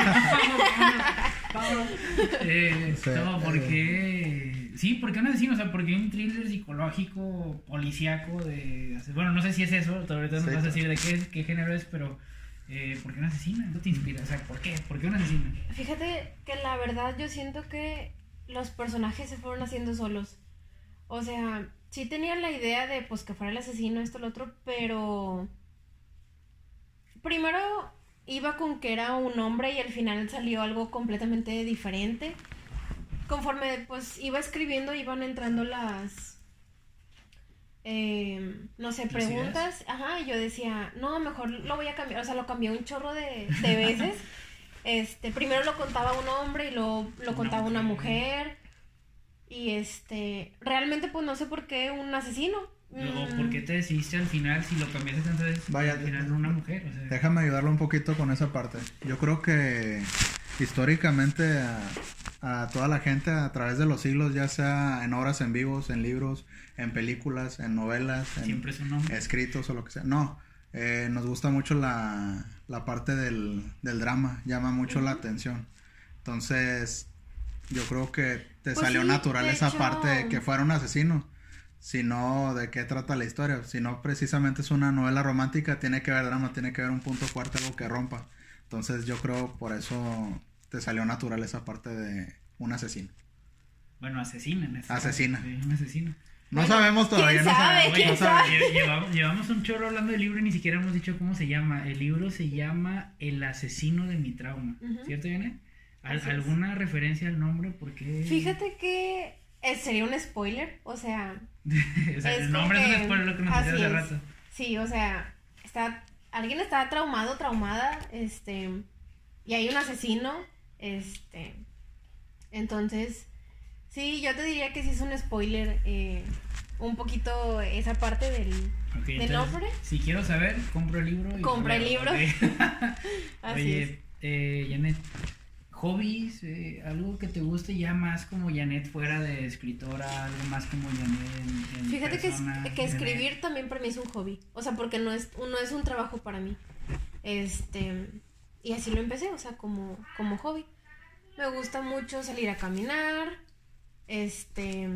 eh, Sí, no, ¿por eh. qué? Sí, ¿por qué un asesino? O sea, ¿por qué un thriller psicológico, policíaco de... Bueno, no sé si es eso, ahorita nos Sí, vas a claro. decir de qué, qué género es, pero... Eh, ¿por qué un asesino? ¿No te inspira? O sea, ¿por qué? ¿Por qué un asesino? Fíjate que la verdad yo siento que los personajes se fueron haciendo solos. O sea, sí tenía la idea de pues que fuera el asesino, esto, lo otro, pero primero iba con que era un hombre y al final salió algo completamente diferente. Conforme pues iba escribiendo iban entrando las eh, no sé, ¿Las preguntas, ajá, y yo decía, no, mejor lo voy a cambiar, o sea, lo cambié un chorro de, de veces. Este, primero lo contaba un hombre y luego lo Una contaba una mujer. mujer. Y este, realmente pues no sé por qué un asesino. Luego, Mm, ¿por qué te decidiste al final, si lo cambiaste tantas veces, Vaya, al final una mujer? O sea, Déjame ayudarlo un poquito con esa parte. Yo creo que históricamente a, a toda la gente a través de los siglos, ya sea en obras en vivos, en libros, en películas, en novelas, en siempre es un hombre. escritos o lo que sea. No, eh, nos gusta mucho la, la parte del, del drama, llama mucho la atención. Entonces, yo creo que te Pues salió sí, natural de esa hecho- parte que fuera un asesino. Sino de qué trata la historia. Si no precisamente es una novela romántica, tiene que haber drama, tiene que haber un punto fuerte, algo que rompa. Entonces yo creo por eso te salió natural esa parte de un asesino. Bueno, asesina en este Asesina. caso, sí, un asesino. No Bueno, sabemos todavía, ¿quién no sabe? sabemos. ¿Quién Oye, sabe? lle- llevamos, llevamos un chorro hablando del libro y ni siquiera hemos dicho cómo se llama. El libro se llama El asesino de mi trauma. Ujú. ¿Cierto, Janet? ¿Al- Así es. ¿Alguna referencia al nombre? ¿Por qué? Fíjate que eh, sería un spoiler, o sea, O sea, es el como nombre es que- un spoiler, lo que nos así decía hace es. rato. sí, o sea, está, alguien está traumado, traumada, este, y hay un asesino, este, entonces, sí, yo te diría que sí es un spoiler, eh, un poquito esa parte del, Ok, del entonces, nombre. si quiero saber, compro el libro. Y Compra el leo, libro. ok. Así Oye, es. eh, Janet, hobbies, eh, algo que te guste ya más como Janet fuera de escritora, algo más como Janet en, en Fíjate que, es- persona, que Janet. escribir también para mí es un hobby, o sea, porque no es, no es un trabajo para mí, este, y así lo empecé, o sea, como, como hobby. Me gusta mucho salir a caminar, este...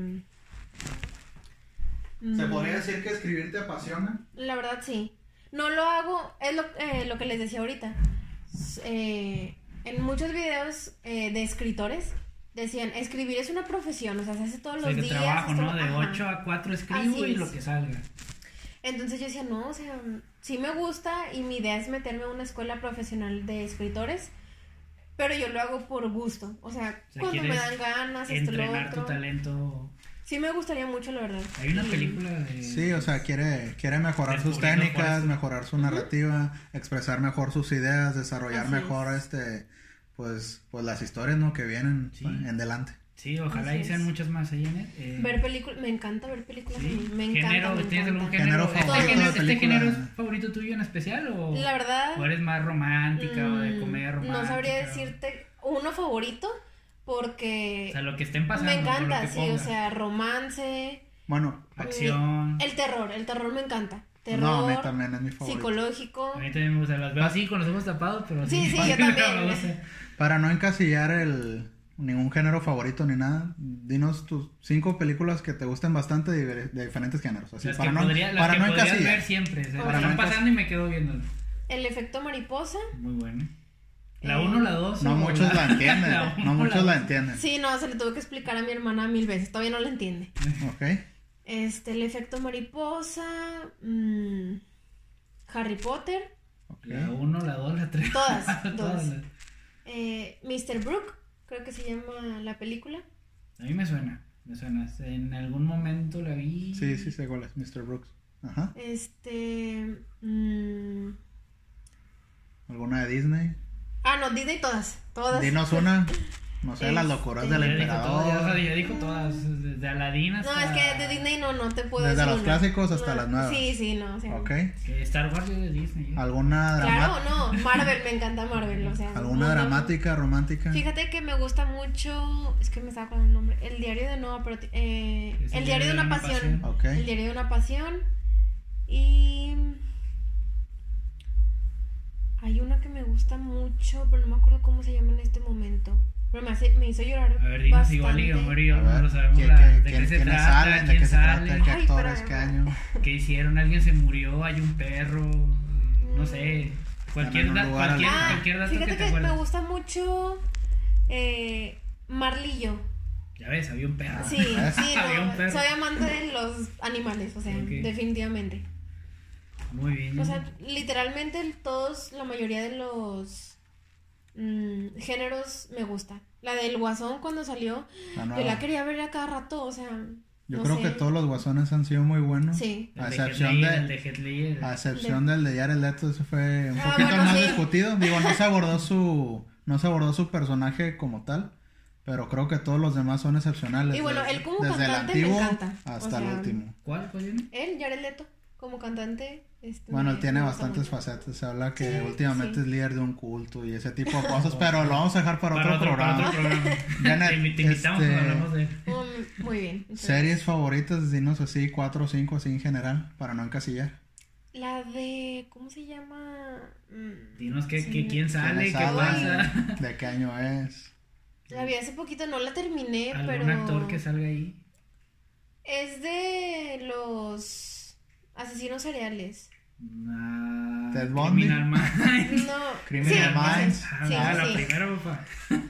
¿Se mm, podría decir que escribir te apasiona? La verdad sí. No lo hago, es lo, eh, lo que les decía ahorita. S- eh, en muchos videos eh, de escritores decían, escribir es una profesión, o sea, se hace todos O sea, los que días. trabajo, es ¿no? tra- De ajá. ocho a cuatro escribo Así y es. lo que salga. Entonces yo decía, no, o sea, sí me gusta y mi idea es meterme a una escuela profesional de escritores, pero yo lo hago por gusto, o sea, O sea, cuando me quieres dan ganas, esto, lo Entrenar tu otro. talento. Sí me gustaría mucho, la verdad. Hay una Y- película de... Sí, o sea, quiere, quiere mejorar sus Descubriendo técnicas, Forrest. mejorar su narrativa, expresar mejor sus ideas, desarrollar Así mejor es. este pues pues las historias, ¿no? que vienen Sí. pues, en delante. Sí, ojalá Así y sean es. muchas más, ¿eh, Janet? Eh, Ver películas, me encanta ver películas, a sí. mí, me encanta, Género, me ¿tienes algún encanta. género? Género ¿Este favorito género, de este película? género es favorito tuyo en especial o, La verdad, o eres más romántica o de mm, comedia romántica? no sabría o- decirte uno favorito porque O sea, lo que estén pasando. me o lo encanta, que sí, o ponga. sea, romance, Bueno, Acción. el terror, el terror me encanta. no, a Terror, mí también es mi favorito. psicológico. A mí también me gusta, las veo así con los ojos tapados, pero Sí, sí, yo me también. gusta. Para no encasillar el ningún género favorito ni nada, dinos tus cinco películas que te gusten bastante de, de diferentes géneros, así Las para que, no podría, las para que no podrías encasillar. ver siempre. O sea, Para están no encas- pasando y me quedo viendo. El efecto mariposa. Muy bueno. ¿La Eh, uno, la dos? No o muchos la entienden, la uno no o muchos la dos? entienden. Sí, no, se le tuve que explicar a mi hermana mil veces, todavía no la entiende. Ok. Este, El efecto mariposa, mmm, Harry Potter. Okay. La uno, la dos, la tres. Todas, todas. todas. Las... Eh, mister Brooke, creo que se llama la película. A mí me suena, me suena. En algún momento la vi. Sí, sí sé cuál es, mister Brooks. Ajá. Este... Mmm... ¿Alguna de Disney? Ah, no, Disney todas, todas. Dinos una. No sé, las locuras Este- del Ya dijo todas, emperador. ya, ya dijo todas, desde Aladdin hasta... No, es que de Disney no, no te puedo Desde decir los una. clásicos hasta No, las nuevas. Sí, sí, no, o sea. Ok. Que Star Wars es de Disney. ¿eh? ¿Alguna Claro, dramática? no, Marvel, me encanta Marvel, o sea. ¿Alguna no, no. dramática, romántica? Fíjate que me gusta mucho, es que me estaba acordando el nombre, El diario de Noah, pero eh, Es El diario de una pasión. Ok. El diario de una pasión. Y hay una que me gusta mucho, pero no me acuerdo cómo se llama en este momento. Pero me, hace, me hizo llorar. A ver, dinos bastante. igual y a lo mejor y A yo no ver, lo sabemos. ¿qué- la- qué- ¿De quién- qué se quiénes trata? salen? ¿De ¿Quién qué se trata? sale? ¿Qué Ay, actores? pero- ¿Qué año? ¿Qué hicieron? ¿Alguien se murió? ¿Hay un perro? No sé. Cualquier, Están en da- un lugar cualquier, Ah, cualquier dato fíjate que te que, me acuerdes. gusta mucho eh, Marlillo. Ya ves, había un perro. Sí, sí, Había un no, perro. soy amante de los animales, o sea, Ok. definitivamente. Muy bien. O sea, literalmente todos, la mayoría de los mm, géneros me gusta. La del Guasón cuando salió, La yo nueva. la quería ver a cada rato, o sea, Yo no creo sé. que todos los guasones han sido muy buenos. Sí. El A de excepción Heath Ledger, de- el de Heath Ledger. A excepción del de Jared Leto, ese fue un Ah, poquito bueno, más sí. discutido. Digo, no se abordó su no se abordó su personaje como tal, pero creo que todos los demás son excepcionales. Y bueno, desde- él como desde el cantante me antiguo encanta. hasta O sea, el último. ¿Cuál? ¿Cuál viene? Él, Jared Leto, como cantante. Este, Bueno, me- él tiene me gusta bastantes mucho. facetas. Se habla que Sí, últimamente sí. es líder de un culto y ese tipo de cosas, pero lo vamos a dejar para, Para otro, programa. Para otro programa. Janet, te, invi- te invitamos este, cuando hablamos de... Mm, muy bien. Entonces, Series favoritas, dinos así, cuatro o cinco así en general, para no encasillar. La de, ¿cómo se llama? Mm, Dinos que, sí. que quién sale, qué ¿Quiénes pasa. salen? ¿De qué año es? La vi hace poquito, no la terminé, ¿Algún pero actor que salga ahí? es de los asesinos seriales. Ah, Ted Bundy. Criminal Minds. No, Criminal sí, Minds. esa, Ah, sí, la sí, primera, papá.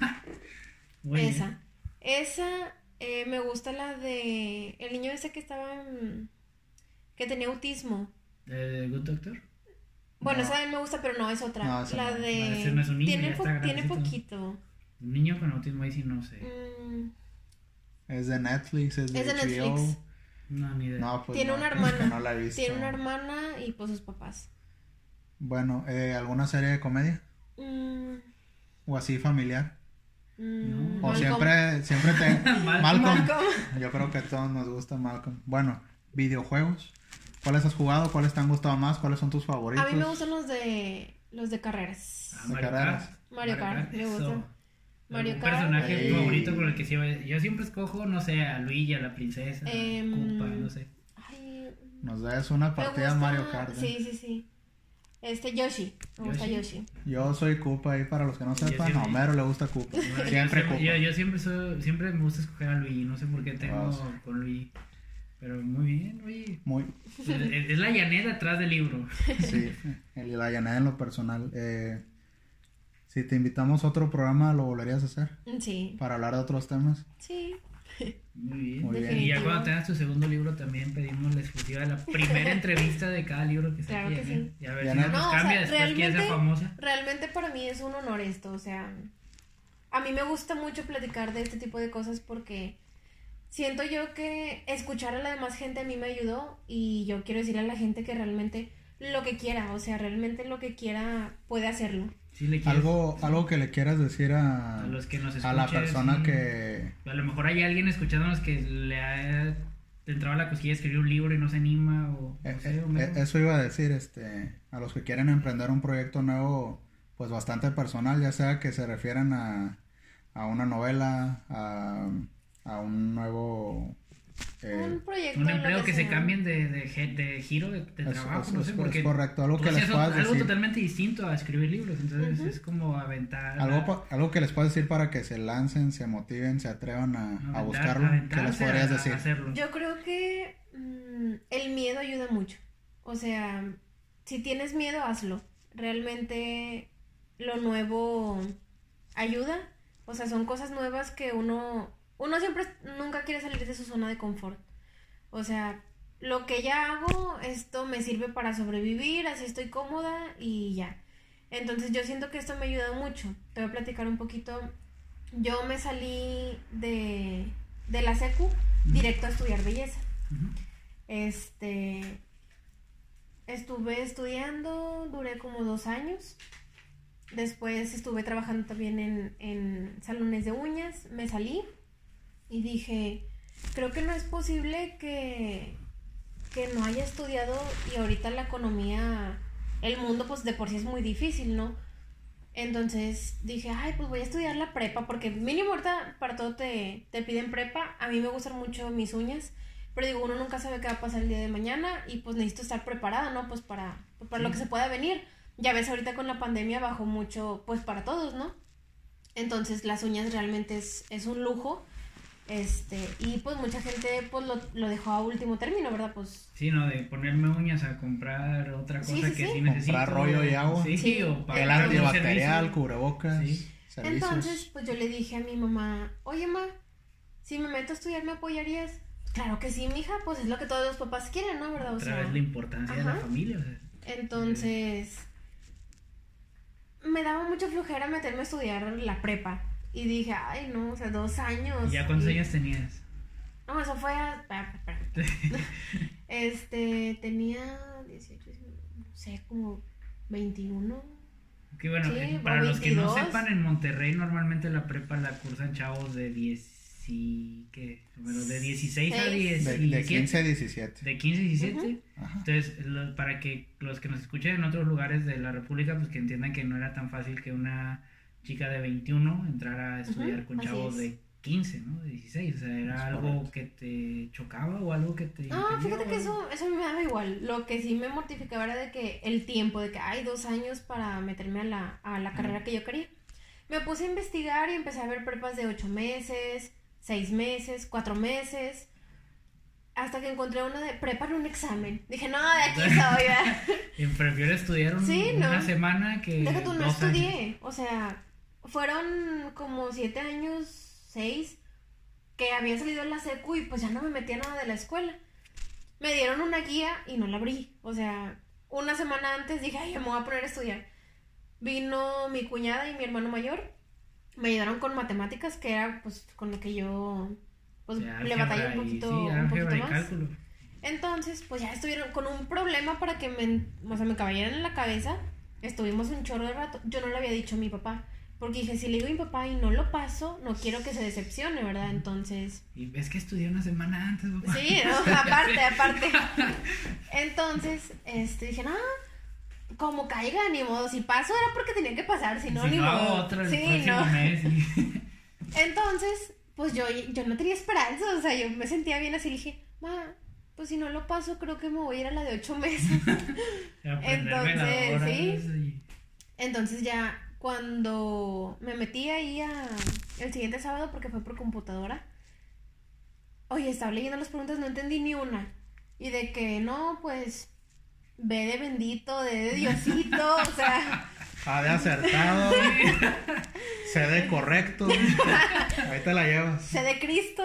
Muy bien. esa. Esa, eh, me gusta la de el niño ese que estaba en- que tenía autismo. ¿De Good Doctor? Bueno, No. esa también me gusta, pero no, es otra. No, esa la no. de No, ese no es un niño, tiene, ya po- está tiene grandecito. poquito. Un niño con autismo ahí sí no sé. Mm, Es de Netflix, es de Es de H B O. Netflix. No, ni idea. No, pues Tiene no, una que hermana. no la he visto. tiene una hermana y pues sus papás. Bueno, eh, ¿alguna serie de comedia? Mm, ¿O así familiar? mm, No. O Malcolm. siempre, siempre te... Malcolm. Malcolm. Malcolm. Yo creo que a todos nos gusta Malcolm. Bueno, videojuegos. ¿Cuáles has jugado? ¿Cuáles te han gustado más? ¿Cuáles son tus favoritos? A mí me gustan los de los de carreras. Ah, De Mario carreras. Kart. Mario Kart, me eso. gusta. Mario ¿Algún Kart. personaje Ey. favorito con el que siempre... Yo siempre escojo, no sé, a Luigi, a la princesa, a Em, Koopa, no sé. Ay, Nos des una me partida de gusta- Mario Kart. ¿eh? Sí, sí, sí. Este Yoshi, me gusta Yoshi. Yoshi. Yo soy Koopa ahí para los que no Yo sepan. siempre- A Homero le gusta Koopa. Bueno, Siempre yo, Koopa. yo, yo siempre soy, siempre me gusta escoger a Luigi, no sé por qué tengo Ah, sí. con Luigi. Pero muy bien, Luigi. Muy, Es, es la llanera atrás del libro. sí, el la llanera en lo personal. Eh, si te invitamos a otro programa, ¿lo volverías a hacer? Sí, Para hablar de otros temas. sí. Muy bien. Muy bien. Y ya Definitivo. cuando tengas tu segundo libro también pedimos la exclusiva de la primera entrevista de cada libro que Claro saque. que ¿eh? sí. Y a ver Ya si no- no nos No, o sea, cambia después quiere ser realmente- famosa. Realmente para mí es un honor esto, o sea, a mí me gusta mucho platicar de este tipo de cosas porque siento yo que escuchar a la demás gente a mí me ayudó y yo quiero decirle a la gente que realmente lo que quiera, o sea, realmente lo que quiera puede hacerlo. Si le quieres, Algo, algo que le quieras decir a, a los que nos a la escuchen, persona sí. que... A lo mejor hay alguien escuchándonos que le ha entrado a la cosquilla de escribir un libro y no se anima o Eh, no sé, eh, o me- eh, eso iba a decir, este, a los que quieren emprender un proyecto nuevo, pues bastante personal, ya sea que se refieran a, a una novela, a, a un nuevo... eh, un proyecto. un lo empleo que se sea. cambien de, de, ge- de giro de, de Es- trabajo, es- no es- sé, es porque correcto, algo tú que les hacías puedas algo decir. totalmente distinto a escribir libros, entonces Ujú. es como aventar algo, pa- algo que les puedas decir para que se lancen, se motiven, se atrevan a, a aventar- buscarlo, ¿qué les aventarse podrías a- a decir? hacerlo. Yo creo que mm, el miedo ayuda mucho. O sea, si tienes miedo, hazlo. Realmente lo nuevo ayuda. O sea, son cosas nuevas que uno... Uno siempre, nunca quiere salir de su zona de confort. O sea, lo que ya hago, esto me sirve para sobrevivir, así estoy cómoda y ya. Entonces yo siento que esto me ha ayudado mucho. Te voy a platicar un poquito. Yo me salí de, de la secu uh-huh. directo a estudiar belleza. Uh-huh. Este, estuve estudiando, duré como dos años. Después estuve trabajando también en, en salones de uñas. Me salí y dije, creo que no es posible que, que no haya estudiado y ahorita la economía, el mundo pues de por sí es muy difícil, ¿no? Entonces dije, ay, pues voy a estudiar la prepa, porque mínimo ahorita para todo te, te piden prepa. A mí me gustan mucho mis uñas, pero digo, uno nunca sabe qué va a pasar el día de mañana y pues necesito estar preparada, ¿no? Pues para, pues para sí. lo que se pueda venir. Ya ves, ahorita con la pandemia bajó mucho, pues para todos, ¿no? Entonces las uñas realmente es, es un lujo. Este, y pues mucha gente pues lo, lo dejó a último término, ¿verdad? Pues sí, no, de ponerme uñas a comprar otra cosa sí, sí, que sí, sí necesito. Comprar rollo y agua. Sí, sí, o pagar el antibacterial, cubrebocas, sí. servicios. Entonces, pues yo le dije a mi mamá, oye, ma, si me meto a estudiar, ¿me apoyarías? Claro que sí, mija, pues es lo que todos los papás quieren, ¿no? ¿Verdad? O Otra sea, vez la importancia ajá. de la familia, o sea. Entonces, me daba mucha flojera meterme a estudiar la prepa. Y dije, ay, no, o sea, dos años. ¿Y ya cuántos y... años tenías? No, eso fue a... este, tenía dieciocho, no sé, como veintiuno. Que bueno, sí, para los que no sepan, en Monterrey normalmente la prepa la cursan chavos de diez y... ¿qué? Bueno, de dieciséis a diecisiete. De, de quince a diecisiete. De quince a diecisiete. Uh-huh. Entonces, lo, para que los que nos escuchen en otros lugares de la república, pues que entiendan que no era tan fácil que una chica de veintiuno entrara a estudiar uh-huh, con chavos de quince, ¿no? De dieciséis, o sea, era es algo correcto. Que te chocaba o algo que te... No, fíjate que eso, eso me daba igual. Lo que sí me mortificaba era de que el tiempo, de que hay dos años para meterme a la, a la carrera uh-huh. que yo quería. Me puse a investigar y empecé a ver prepas de ocho meses, seis meses, cuatro meses, hasta que encontré una de prepa en un examen. Dije, no, de aquí soy. Y prefiero estudiar un, sí, no. una semana que... Deja tú, no dos estudié, años. O sea... Fueron como siete años, seis, que había salido en la secu y pues ya no me metía nada de la escuela. Me dieron una guía y no la abrí. O sea, una semana antes dije, ay, me voy a poner a estudiar. Vino mi cuñada y mi hermano mayor. Me ayudaron con matemáticas, que era pues con lo que yo pues, o sea, le batallé un poquito, sí, un poquito más. Cálculo. Entonces, pues ya estuvieron con un problema para que me, o sea, me cayeran en la cabeza. Estuvimos un chorro de rato. Yo no le había dicho a mi papá. Porque dije, si le digo a mi papá y no lo paso, no quiero que se decepcione, ¿verdad? Entonces... Y ves que estudié una semana antes, papá. Sí, no, aparte, aparte. Entonces, este, dije, no, como caiga, ni modo. Si paso era porque tenía que pasar, si no, si ni no modo. Hago otra el sí, no. mes. Sí. Entonces, pues yo, yo no tenía esperanza, o sea, yo me sentía bien así, dije, ma, pues si no lo paso, creo que me voy a ir a la de ocho meses. Entonces, sí. Y... Entonces ya... Cuando me metí ahí a el siguiente sábado, porque fue por computadora, oye, estaba leyendo las preguntas, no entendí ni una. Y de que, no, pues, B de bendito, D de Diosito, o sea... A de acertado, C de correcto, ahí te la llevas. C de Cristo,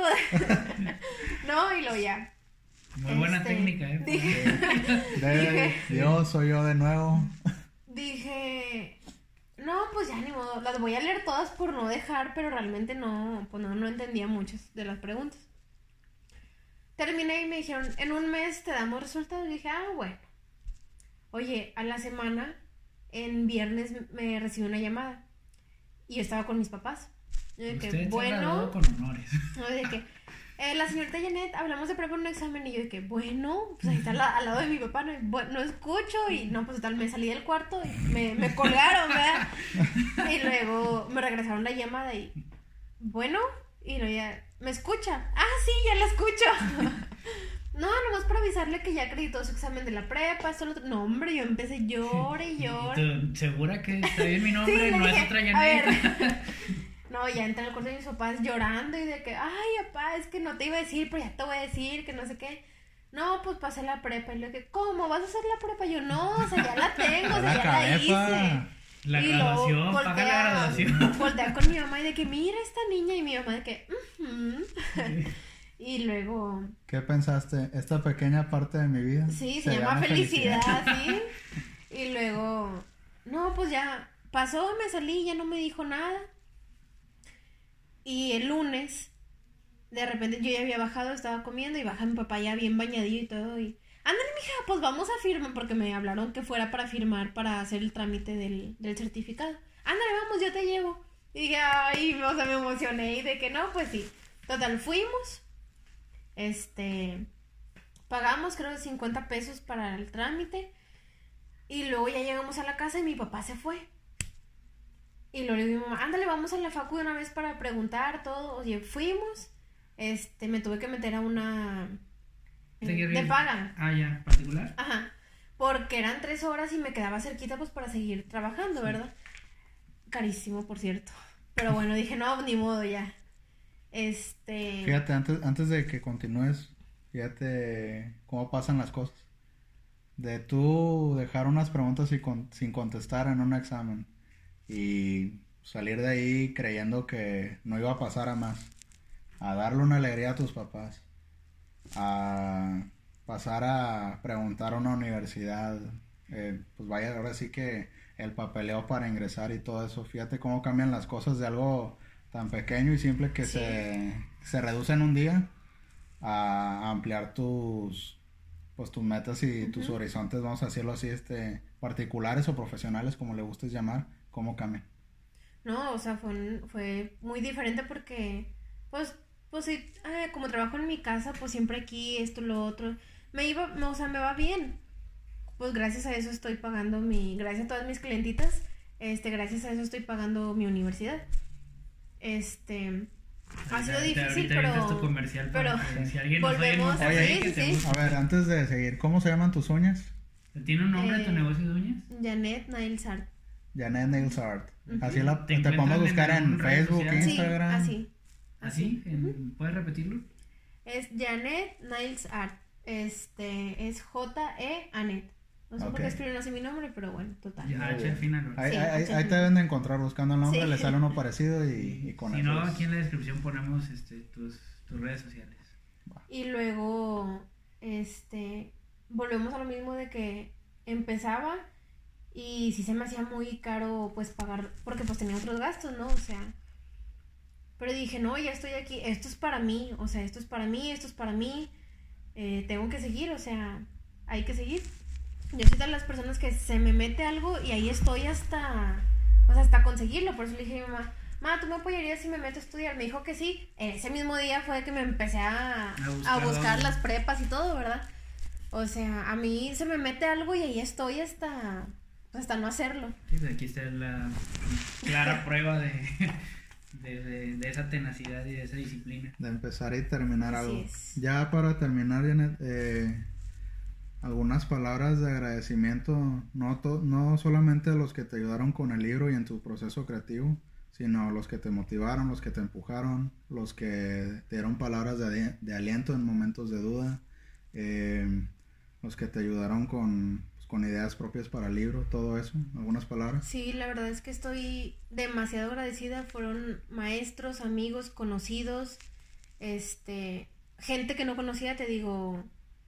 no, y lo ya. Muy buena este, técnica, ¿eh? Dije, de dije, Dios, soy yo de nuevo. Dije... No, pues ya ni modo, las voy a leer todas por no dejar, pero realmente no, pues no, no entendía muchas de las preguntas. Terminé y me dijeron, en un mes te damos resultados. Y dije, ah, bueno. Oye, a la semana, en viernes me recibí una llamada. Y yo estaba con mis papás. Yo de que, Usted bueno, con honores. No, de que, eh, la señorita Janet, hablamos de preparar un examen. Y yo de que, bueno, pues ahí está al, al lado de mi papá, no, bueno, no escucho. Y no, pues tal, me salí del cuarto y me, me colgaron, ¿verdad? Y luego me regresaron la llamada y, bueno, y luego ya, ¿me escucha? Ah, sí, ya la escucho. No, nomás para avisarle que ya acreditó su examen de la prepa, eso, lo otro. No, hombre, yo empecé llore y llore. ¿Segura que está bien mi nombre? Sí, no dije, es otra Janet. No, ya entré al cuarto de mis papás llorando y de que, ay, papá, es que no te iba a decir, pero ya te voy a decir, que no sé qué. No, pues pasé la prepa. Y le dije, ¿cómo? ¿Vas a hacer la prepa? Yo, no, o sea, ya la tengo, o sea, ya la hice. La y graduación, voltea, paga la graduación. Voltea con mi mamá y de que, mira esta niña, y mi mamá de que, uh-huh. Y luego... ¿Qué pensaste? Esta pequeña parte de mi vida. Sí, se, se llama felicidad, felicidad, sí. Y luego... No, pues ya pasó, me salí, ya no me dijo nada. Y el lunes, de repente yo ya había bajado, estaba comiendo y baja mi papá ya bien bañadillo y todo. Y, ándale, mija, pues vamos a firmar, porque me hablaron que fuera para firmar, para hacer el trámite del, del certificado. Ándale, vamos, yo te llevo. Y dije, ay, o sea, me emocioné y de que no, pues sí. Total, fuimos, este, pagamos creo cincuenta pesos para el trámite. Y luego ya llegamos a la casa y mi papá se fue. Y luego le digo a mi mamá, ándale, vamos a la facu de una vez para preguntar todo. Oye, fuimos. Este, me tuve que meter a una... ¿De, de paga. Ah, ya, particular. Ajá. Porque eran tres horas y me quedaba cerquita pues para seguir trabajando, sí. ¿Verdad? Carísimo, por cierto. Pero bueno, dije, no, ni modo ya. Este... Fíjate, antes, antes de que continúes, fíjate cómo pasan las cosas. De tú dejar unas preguntas y con, sin contestar en un examen y salir de ahí creyendo que no iba a pasar a más, a darle una alegría a tus papás, a pasar a preguntar a una universidad, eh, pues vaya, ahora sí que el papeleo para ingresar y todo eso, fíjate cómo cambian las cosas de algo tan pequeño y simple que sí. se, se reduce en un día a ampliar tus... pues tus metas y uh-huh. tus horizontes, vamos a decirlo así, este, particulares o profesionales, como le gustes llamar, ¿cómo cambian? No, o sea, fue, fue muy diferente porque, pues, pues sí, eh, como trabajo en mi casa, pues siempre aquí, esto, lo otro, me iba, no, o sea, me va bien, pues gracias a eso estoy pagando mi, gracias a todas mis clientitas, este, gracias a eso estoy pagando mi universidad, este... Ha sido difícil, pero, tu comercial pero que, si alguien volvemos a sí, sí, sí. A ver, antes de seguir, ¿cómo se llaman tus uñas? ¿Tiene un nombre eh, tu negocio de uñas? Janet Nails Art. Janet Nails Art. Uh-huh. Así la, te, te podemos buscar en Facebook, social? Instagram. Sí, así. ¿Así? Uh-huh. ¿Puedes repetirlo? Es Janet Nails Art. Este es J E Anet. No sé okay. por qué escriben así mi nombre, pero bueno, total. Ya, H al final. Ahí, sí, ahí, ahí te deben de encontrar buscando el nombre, sí. le sale uno parecido y, y con si eso. Si no, aquí en la descripción ponemos este, tus, tus redes sociales. Y luego, este, volvemos a lo mismo de que empezaba y sí se me hacía muy caro pues pagar, porque pues tenía otros gastos, ¿no? O sea, pero dije, no, ya estoy aquí, esto es para mí, o sea, esto es para mí, esto es para mí, eh, tengo que seguir, o sea, hay que seguir. Yo soy de las personas que se me mete algo y ahí estoy hasta, o sea, hasta conseguirlo. Por eso le dije a mi mamá, ma, ¿tú me apoyarías si me meto a estudiar? Me dijo que sí. Ese mismo día fue que me empecé a, a buscar, a buscar las prepas y todo, ¿verdad? O sea, a mí se me mete algo y ahí estoy hasta, hasta no hacerlo. Sí, aquí está la clara prueba de, de, de, de esa tenacidad y de esa disciplina. De empezar y terminar Así algo. Es. Ya para terminar, Janet, eh... algunas palabras de agradecimiento, no, to- no solamente a los que te ayudaron con el libro y en tu proceso creativo, sino a los que te motivaron, los que te empujaron, los que te dieron palabras de, de aliento en momentos de duda, eh, los que te ayudaron con, pues, con ideas propias para el libro, todo eso, algunas palabras. Sí, la verdad es que estoy demasiado agradecida, fueron maestros, amigos, conocidos, este, gente que no conocía, te digo...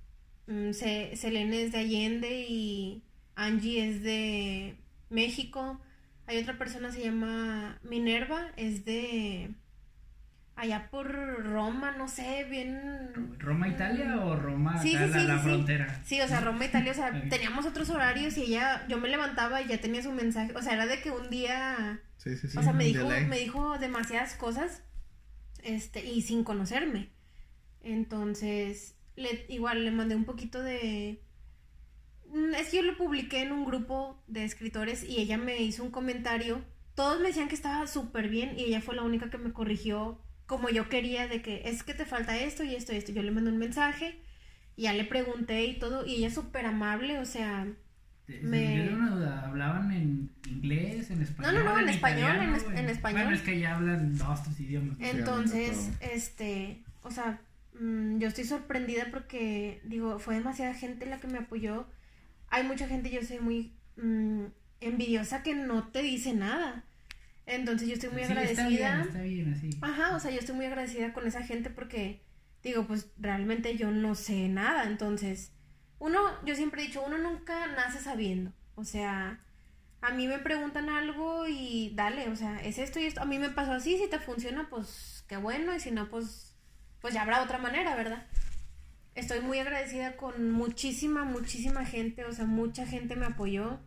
Selene es de Allende y Angie es de México. Hay otra persona, se llama Minerva, es de allá por Roma, no sé, bien... ¿Roma, Italia o Roma, sí, acá sí, la, sí, la sí. frontera? Sí, o sea, Roma, Italia, o sea, teníamos otros horarios y ella, yo me levantaba y ya tenía su mensaje, o sea, era de que un día... Sí, sí, sí. O sea, me dijo, me dijo demasiadas cosas, este, y sin conocerme. Entonces... Le, igual le mandé un poquito de... Es que yo lo publiqué en un grupo de escritores y ella me hizo un comentario. Todos me decían que estaba súper bien y ella fue la única que me corrigió como yo quería, de que es que te falta esto y esto y esto. Yo le mandé un mensaje y ya le pregunté y todo y ella súper amable, o sea... Sí, me... Yo tengo una duda, ¿hablaban en inglés, en español? No, no, no, en, en español, italiano, en, es, en español. Bueno, es que ya hablan dos, tres idiomas. Entonces, este, o sea... yo estoy sorprendida porque, digo, fue demasiada gente la que me apoyó. Hay mucha gente, yo soy muy mmm, envidiosa que no te dice nada. Entonces yo estoy muy sí, agradecida. Está bien, está bien así. Ajá, o sea, yo estoy muy agradecida con esa gente porque, digo, pues realmente yo no sé nada, entonces, uno, yo siempre he dicho, uno nunca nace sabiendo, o sea, a mí me preguntan algo y dale, o sea, es esto y esto, a mí me pasó así, si te funciona, pues qué bueno, y si no, pues, pues ya habrá otra manera, ¿verdad? Estoy muy agradecida con muchísima, muchísima gente, o sea, mucha gente me apoyó.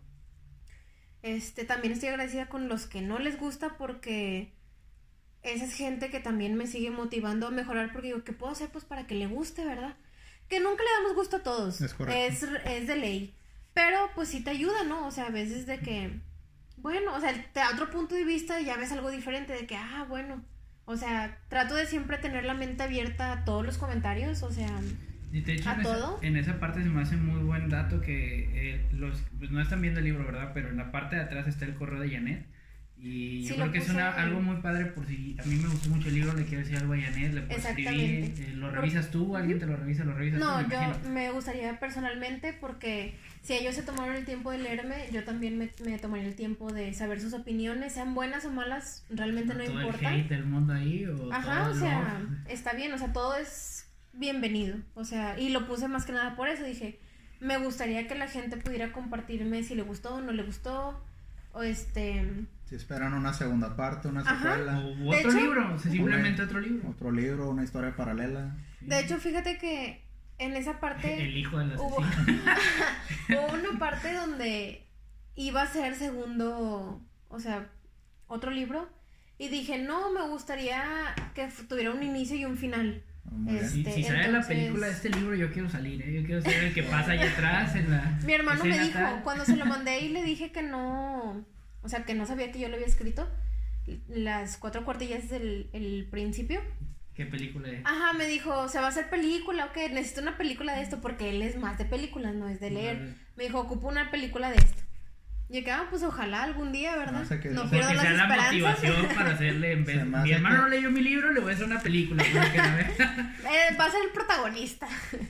Este, también estoy agradecida con los que no les gusta porque esa es gente que también me sigue motivando a mejorar porque digo, ¿qué puedo hacer pues para que le guste, verdad? Que nunca le damos gusto a todos, Es correcto. es, es de ley, pero pues sí te ayuda, ¿no? O sea, a veces de que, bueno, o sea, te da otro punto de vista y ya ves algo diferente de que, ah, bueno, o sea, trato de siempre tener la mente abierta a todos los comentarios, o sea... Y de hecho, ¿A en todo? esa, en esa parte se me hace muy buen dato que eh, los pues no están viendo el libro, ¿verdad? Pero en la parte de atrás está el correo de Janet. Y Sí, yo lo creo que es puse una, en- algo muy padre por si a mí me gustó mucho el libro, le quiero decir algo a Janet, le puedo escribir, Exactamente. eh, lo revisas tú, alguien te lo revisa, lo revisas No, tú, me yo imagino. me gustaría personalmente porque si ellos se tomaron el tiempo de leerme, yo también me, me tomaría el tiempo de saber sus opiniones, sean buenas o malas, realmente no, todo importa. el hate del mundo ahí o Ajá, todo o el sea, love. está bien, o sea, todo es bienvenido, o sea, y lo puse más que nada por eso, dije, me gustaría que la gente pudiera compartirme si le gustó o no le gustó, o este, Si esperan una segunda parte, una Ajá. secuela, O De otro hecho- libro, o sea, simplemente otro libro. otro libro, una historia paralela. de hecho, fíjate que en esa parte El hijo del hubo, asesino. hubo una parte donde iba a ser segundo, o sea, otro libro, y dije, no, me gustaría que f- tuviera un inicio y un final. Muy bien. Si, Este, si sale la entonces- película de este libro, yo quiero salir, ¿eh? Yo quiero ser el que pasa allá atrás en la Mi hermano me escena dijo, tal. cuando se lo mandé y le dije que no, o sea, que no sabía que yo lo había escrito, las cuatro cuartillas del el principio. ¿Qué película es? Ajá, me dijo, ¿se va a hacer película o qué? Necesito una película de esto porque él es más de películas, no es de leer. Vale. Me dijo, ocupo una película de esto. Y yo que, ah, pues ojalá algún día, ¿verdad? No sé qué- No o sea, pierdo Porque las sea la esperanzas. motivación para hacerle en vez. Se me Mi hace hermano que- no leyó mi libro, le voy a hacer una película. para que la vea. Eh, va a ser el protagonista.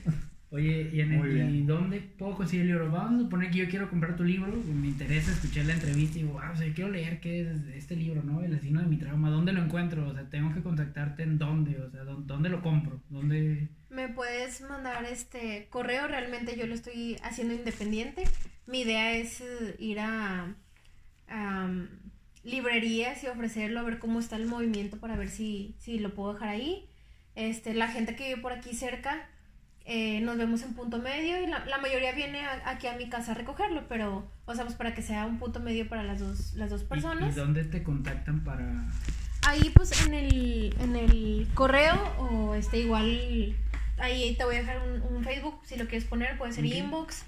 Oye, y, en Muy el, bien. ¿y dónde puedo conseguir el libro? Vamos a suponer que yo quiero comprar tu libro, me interesa escuchar la entrevista y digo, wow, o sea, yo quiero leer qué es este libro, ¿no? El asesino de mi trauma, ¿dónde lo encuentro? O sea, tengo que contactarte en dónde, o sea, ¿dó- ¿dónde lo compro? ¿Dónde? Me puedes mandar este correo, realmente yo lo estoy haciendo independiente. Mi idea es eh, ir a, a, um, librerías y ofrecerlo, a ver cómo está el movimiento para ver si, si lo puedo dejar ahí. Este, la gente que vive por aquí cerca, eh, nos vemos en punto medio y la, la mayoría viene a- aquí a mi casa a recogerlo, pero, o sea, pues para que sea un punto medio para las dos, las dos ¿Y, personas. y dónde te contactan para...? Ahí pues en el, en el correo o este igual, ahí te voy a dejar un, un Facebook si lo quieres poner, puede ser Ok. inbox.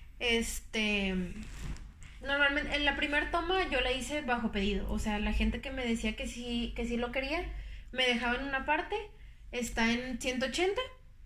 Este, normalmente en la primera toma yo la hice bajo pedido, o sea, la gente que me decía que sí, que sí lo quería, me dejaba en una parte, está en ciento ochenta.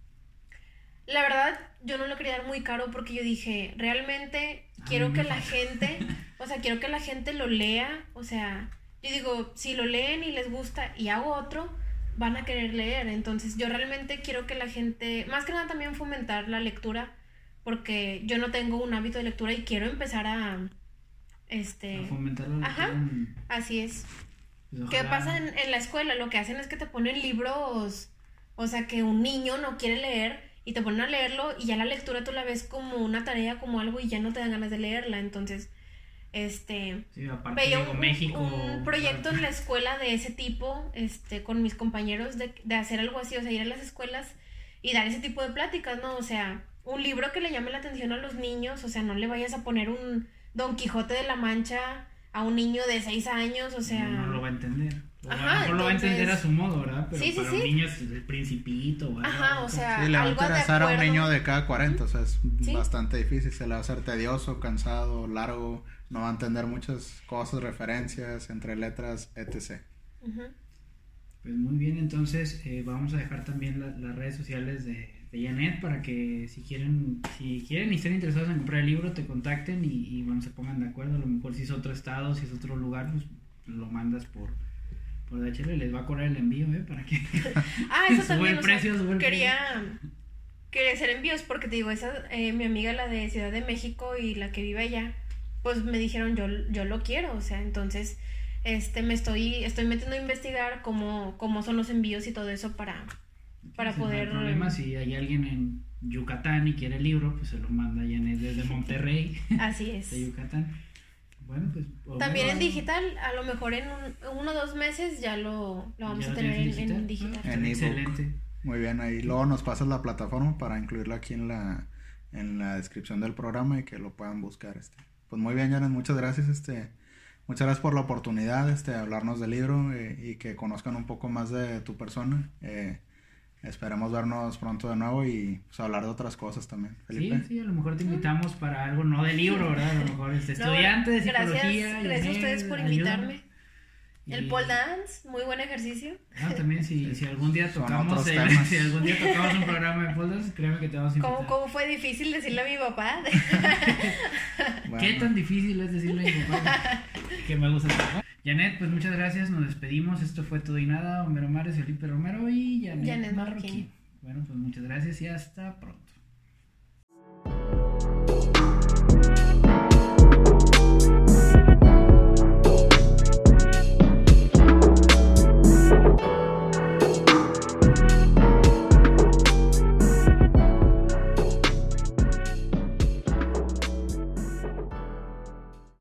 La verdad, yo no lo quería dar muy caro porque yo dije, realmente quiero mí que me la falta. gente, o sea, quiero que la gente lo lea, o sea, yo digo, si lo leen y les gusta y hago otro, van a querer leer. Entonces, yo realmente quiero que la gente, más que nada también fomentar la lectura, porque yo no tengo un hábito de lectura y quiero empezar a, este, A fomentar la Ajá. lectura en- así es. pues, ¿Qué ojalá- pasa en, en la escuela? Lo que hacen es que te ponen libros, o sea, que un niño no quiere leer y te ponen a leerlo y ya la lectura tú la ves como una tarea, como algo y ya no te dan ganas de leerla. Entonces, este, Sí, aparte veía digo, un, México... un proyecto en la escuela de ese tipo, este, con mis compañeros de, de hacer algo así, o sea, ir a las escuelas y dar ese tipo de pláticas, ¿no? O sea, un libro que le llame la atención a los niños, o sea, no le vayas a poner un Don Quijote de la Mancha a un niño de seis años, o sea... No, no lo va a entender. O Ajá, a lo mejor lo va a entender entonces- a su modo, ¿verdad? Pero Sí, sí, para sí. un niño es el Principito. o algo, Ajá, o sea, Sí, le va a algo de interesar a un acuerdo. niño de cada cuarenta, o sea, es Sí. bastante difícil, se le va a hacer tedioso, cansado, largo, no va a entender muchas cosas, referencias entre letras, etcétera. Ujú. Pues muy bien, entonces eh, vamos a dejar también la- las redes sociales de, de Janet para que si quieren si quieren y estén interesados en comprar el libro, te contacten y, y bueno, se pongan de acuerdo. A lo mejor si es otro estado, si es otro lugar, pues lo mandas por, por D H L, les va a cobrar el envío, ¿eh? Para que... Ah, eso Sube también, el o sea, precio, sube el quería, quería hacer envíos porque te digo, esa, eh, mi amiga, la de Ciudad de México y la que vive allá, pues me dijeron, yo, yo lo quiero, o sea, entonces, este, me estoy, estoy metiendo a investigar cómo, cómo son los envíos y todo eso para, Ok. para sí, poder... No hay problema, si hay alguien en Yucatán y quiere el libro, pues se lo manda Janet desde Monterrey. Así es. De Yucatán. Bueno, pues... También en digital, a lo mejor en un, uno o dos meses ya lo, lo vamos ya a lo tener en digital. en digital. En ebook. Excelente. Muy bien, ahí luego nos pasas la plataforma para incluirla aquí en la, en la descripción del programa y que lo puedan buscar. Este. Pues muy bien, Janet, muchas gracias. Este, muchas gracias por la oportunidad este, de hablarnos del libro eh, y que conozcan un poco más de tu persona. Eh, esperemos vernos pronto de nuevo y pues, hablar de otras cosas también. Felipe. Sí, sí, a lo mejor te invitamos para algo no de libro, ¿verdad? A lo mejor este estudiante No, de psicología. Gracias, gracias a ustedes por invitarme. Y... El pole dance, muy buen ejercicio. Ah, también si, si algún día Son tocamos otros el, temas. si algún día tocamos un programa de pole dance, créeme que te vamos a invitar. ¿Cómo, cómo fue difícil decirle a mi papá? Bueno. ¿Qué tan difícil es decirle a mi papá que me gusta el trabajo? Janet, pues muchas gracias, nos despedimos. Esto fue Todo y Nada. Homero Mares, Felipe Romero y Janet, Janet Marroquín. Marroquín. Bueno, pues muchas gracias y hasta pronto.